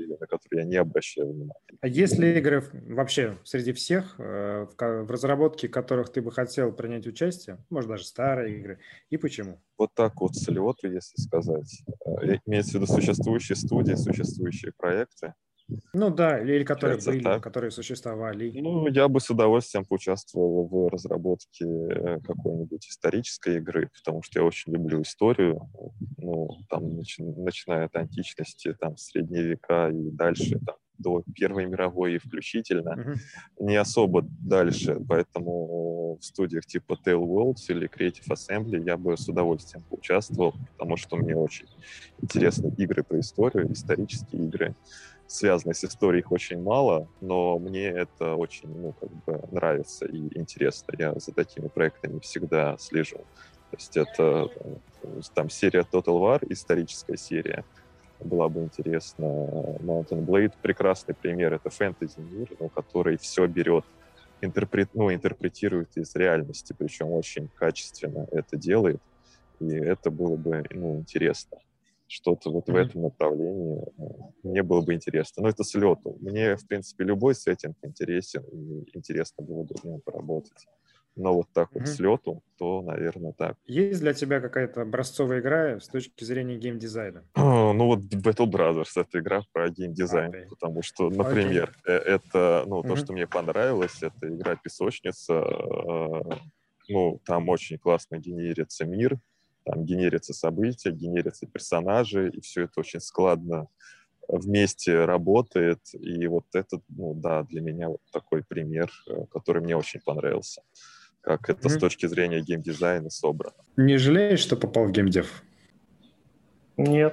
или на которые я не обращаю внимания.
А есть ли игры вообще среди всех, в разработке которых ты бы хотел принять участие? Может, даже старые игры. И почему?
Вот так вот с лету, если сказать. Имеется в виду существующие студии, существующие проекты.
Ну да, или которые
Получается
были,
так.
которые существовали.
Ну, я бы с удовольствием поучаствовал в разработке какой-нибудь исторической игры, потому что я очень люблю историю, ну, там, начиная от античности, там, средние века и дальше, там, до Первой мировой и включительно,
Мгм.
не особо дальше, поэтому в студиях типа Tale Worlds или Creative Assembly я бы с удовольствием поучаствовал, потому что мне очень интересны игры про историю, исторические игры. Связанных с историей их очень мало, но мне это очень, ну, как бы нравится и интересно. Я за такими проектами всегда слежу. То есть это там серия Total War, историческая серия, была бы интересна. Mountain Blade — прекрасный пример. Это фэнтези-мир, ну, который все берет, интерпретирует из реальности, причем очень качественно это делает, и это было бы, ну, интересно. Что-то вот в этом направлении мне было бы интересно. Но это с лету. Мне, в принципе, любой сеттинг интересен, и интересно было бы в нем поработать. Но вот так вот с лету, то, наверное, так.
Есть для тебя какая-то образцовая игра с точки зрения геймдизайна?
Ну вот Battle Brothers — это игра про геймдизайн,
Окей.
потому что, например, это, ну, то,
Мгм.
что мне понравилось, это игра «Песочница». Ну, там очень классно генерится мир, там генерятся события, генерятся персонажи, и все это очень складно вместе работает. И вот это, ну да, для меня вот такой пример, который мне очень понравился. Как это с точки зрения геймдизайна собрано.
Не жалеешь, что попал в геймдев?
Нет.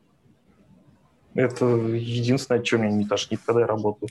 Это единственное, что меня не тошнит, когда я работаю.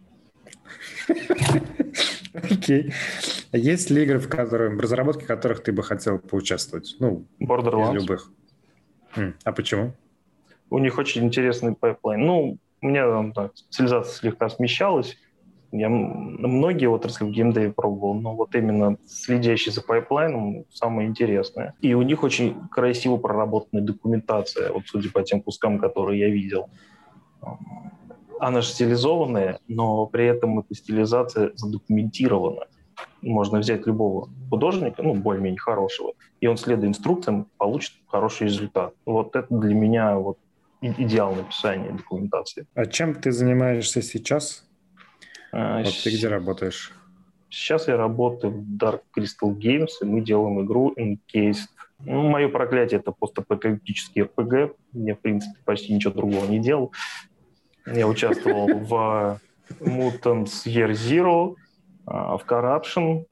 Окей. А есть ли игры, в разработке которых ты бы хотел поучаствовать? Ну, из
Borderlands.
любых. А почему?
У них очень интересный пайплайн. Ну, у меня там так, специализация слегка смещалась. Я многие отрасли в геймдеве пробовал, но вот именно следящий за пайплайном самое интересное. И у них очень красиво проработанная документация, вот судя по тем кускам, которые я видел. Она же стилизованная, но при этом эта стилизация задокументирована. Можно взять любого художника, ну, более-менее хорошего, и он, следуя инструкциям, получит хороший результат. Вот это для меня вот идеал написания документации.
А чем ты занимаешься сейчас? Вот ты где
С-
работаешь?
Сейчас я работаю в Dark Crystal Games, и мы делаем игру Encased. Ну, мое проклятие — это постапокалиптический RPG. Я, в принципе, почти ничего другого не делал. Я участвовал в Mutants Year Zero, в Corruption.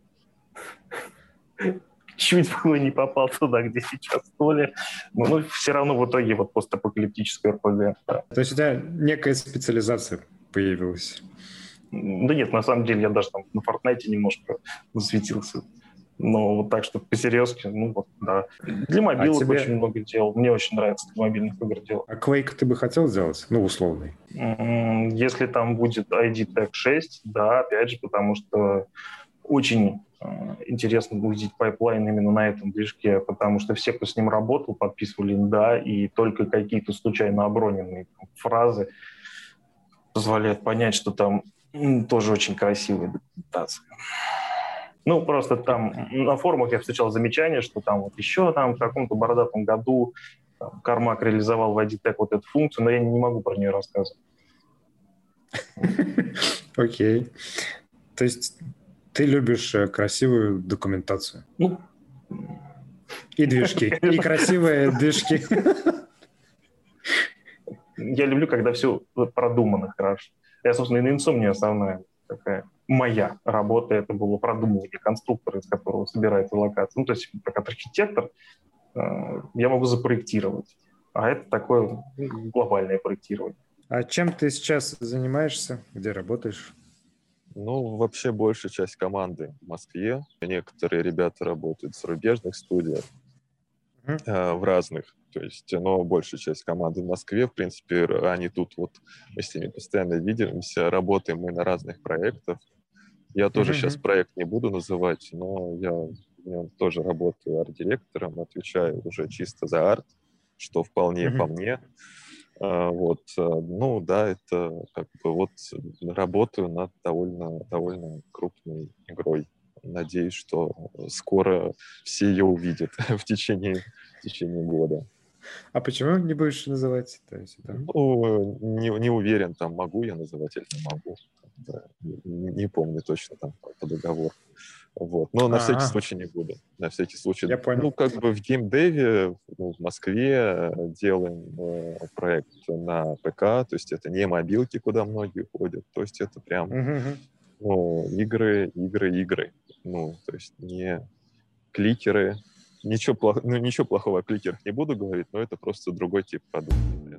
Чуть было не попал туда, где сейчас Толя. Но все равно в итоге вот постапокалиптическое RPG. Да.
То есть у тебя некая специализация появилась?
Да нет, на самом деле я даже там на Fortnite немножко засветился. Но вот так, что по-серьезки, ну вот, да. Для мобилок очень много дел. Мне очень нравится для мобильных игр делать.
А Quake ты бы хотел сделать? Ну, условный.
Если там будет ID Tag 6, да, опять же, потому что очень интересно увидеть пайплайн именно на этом движке, потому что все, кто с ним работал, подписывали «да», и только какие-то случайно оброненные фразы позволяют понять, что там тоже очень красивая документация. Ну, просто там на форумах я встречал замечание, что там вот еще там в каком-то бородатом году Кармак реализовал в ID-Tag вот эту функцию, но я не могу про нее рассказывать.
Окей. То есть ты любишь красивую документацию?
Ну,
и движки, и красивые движки.
Я люблю, когда все продумано хорошо. Я, собственно, и на Инсо мне основная такая моя работа, это было продумывание конструктора, из которого собирается локация. Ну, то есть, как архитектор, я могу запроектировать. А это такое глобальное проектирование.
А чем ты сейчас занимаешься? Где работаешь?
Ну, вообще большая часть команды в Москве. Некоторые ребята работают в зарубежных студиях, в разных. То есть, но большая часть команды в Москве, в принципе, они тут вот, мы с ними постоянно видимся, работаем мы на разных проектах. Я тоже сейчас проект не буду называть, но я в нем тоже работаю арт-директором, отвечаю уже чисто за арт, что вполне по мне. Вот, ну да, это как бы вот работаю над довольно крупной игрой. Надеюсь, что скоро все ее увидят в течение года.
А почему не будешь называть? То есть, это...
Ну, не уверен, там могу я называть или не могу. Да, не помню точно там по договору. Вот. Но на всякий случай не буду. На всякий случай.
Я понял.
Ну, как бы в геймдеве в Москве делаем проект на ПК, то есть это не мобилки, куда многие ходят, то есть это прям ну, игры. Ну, то есть не кликеры. Ничего плохого о кликерах не буду говорить, но это просто другой тип продукта.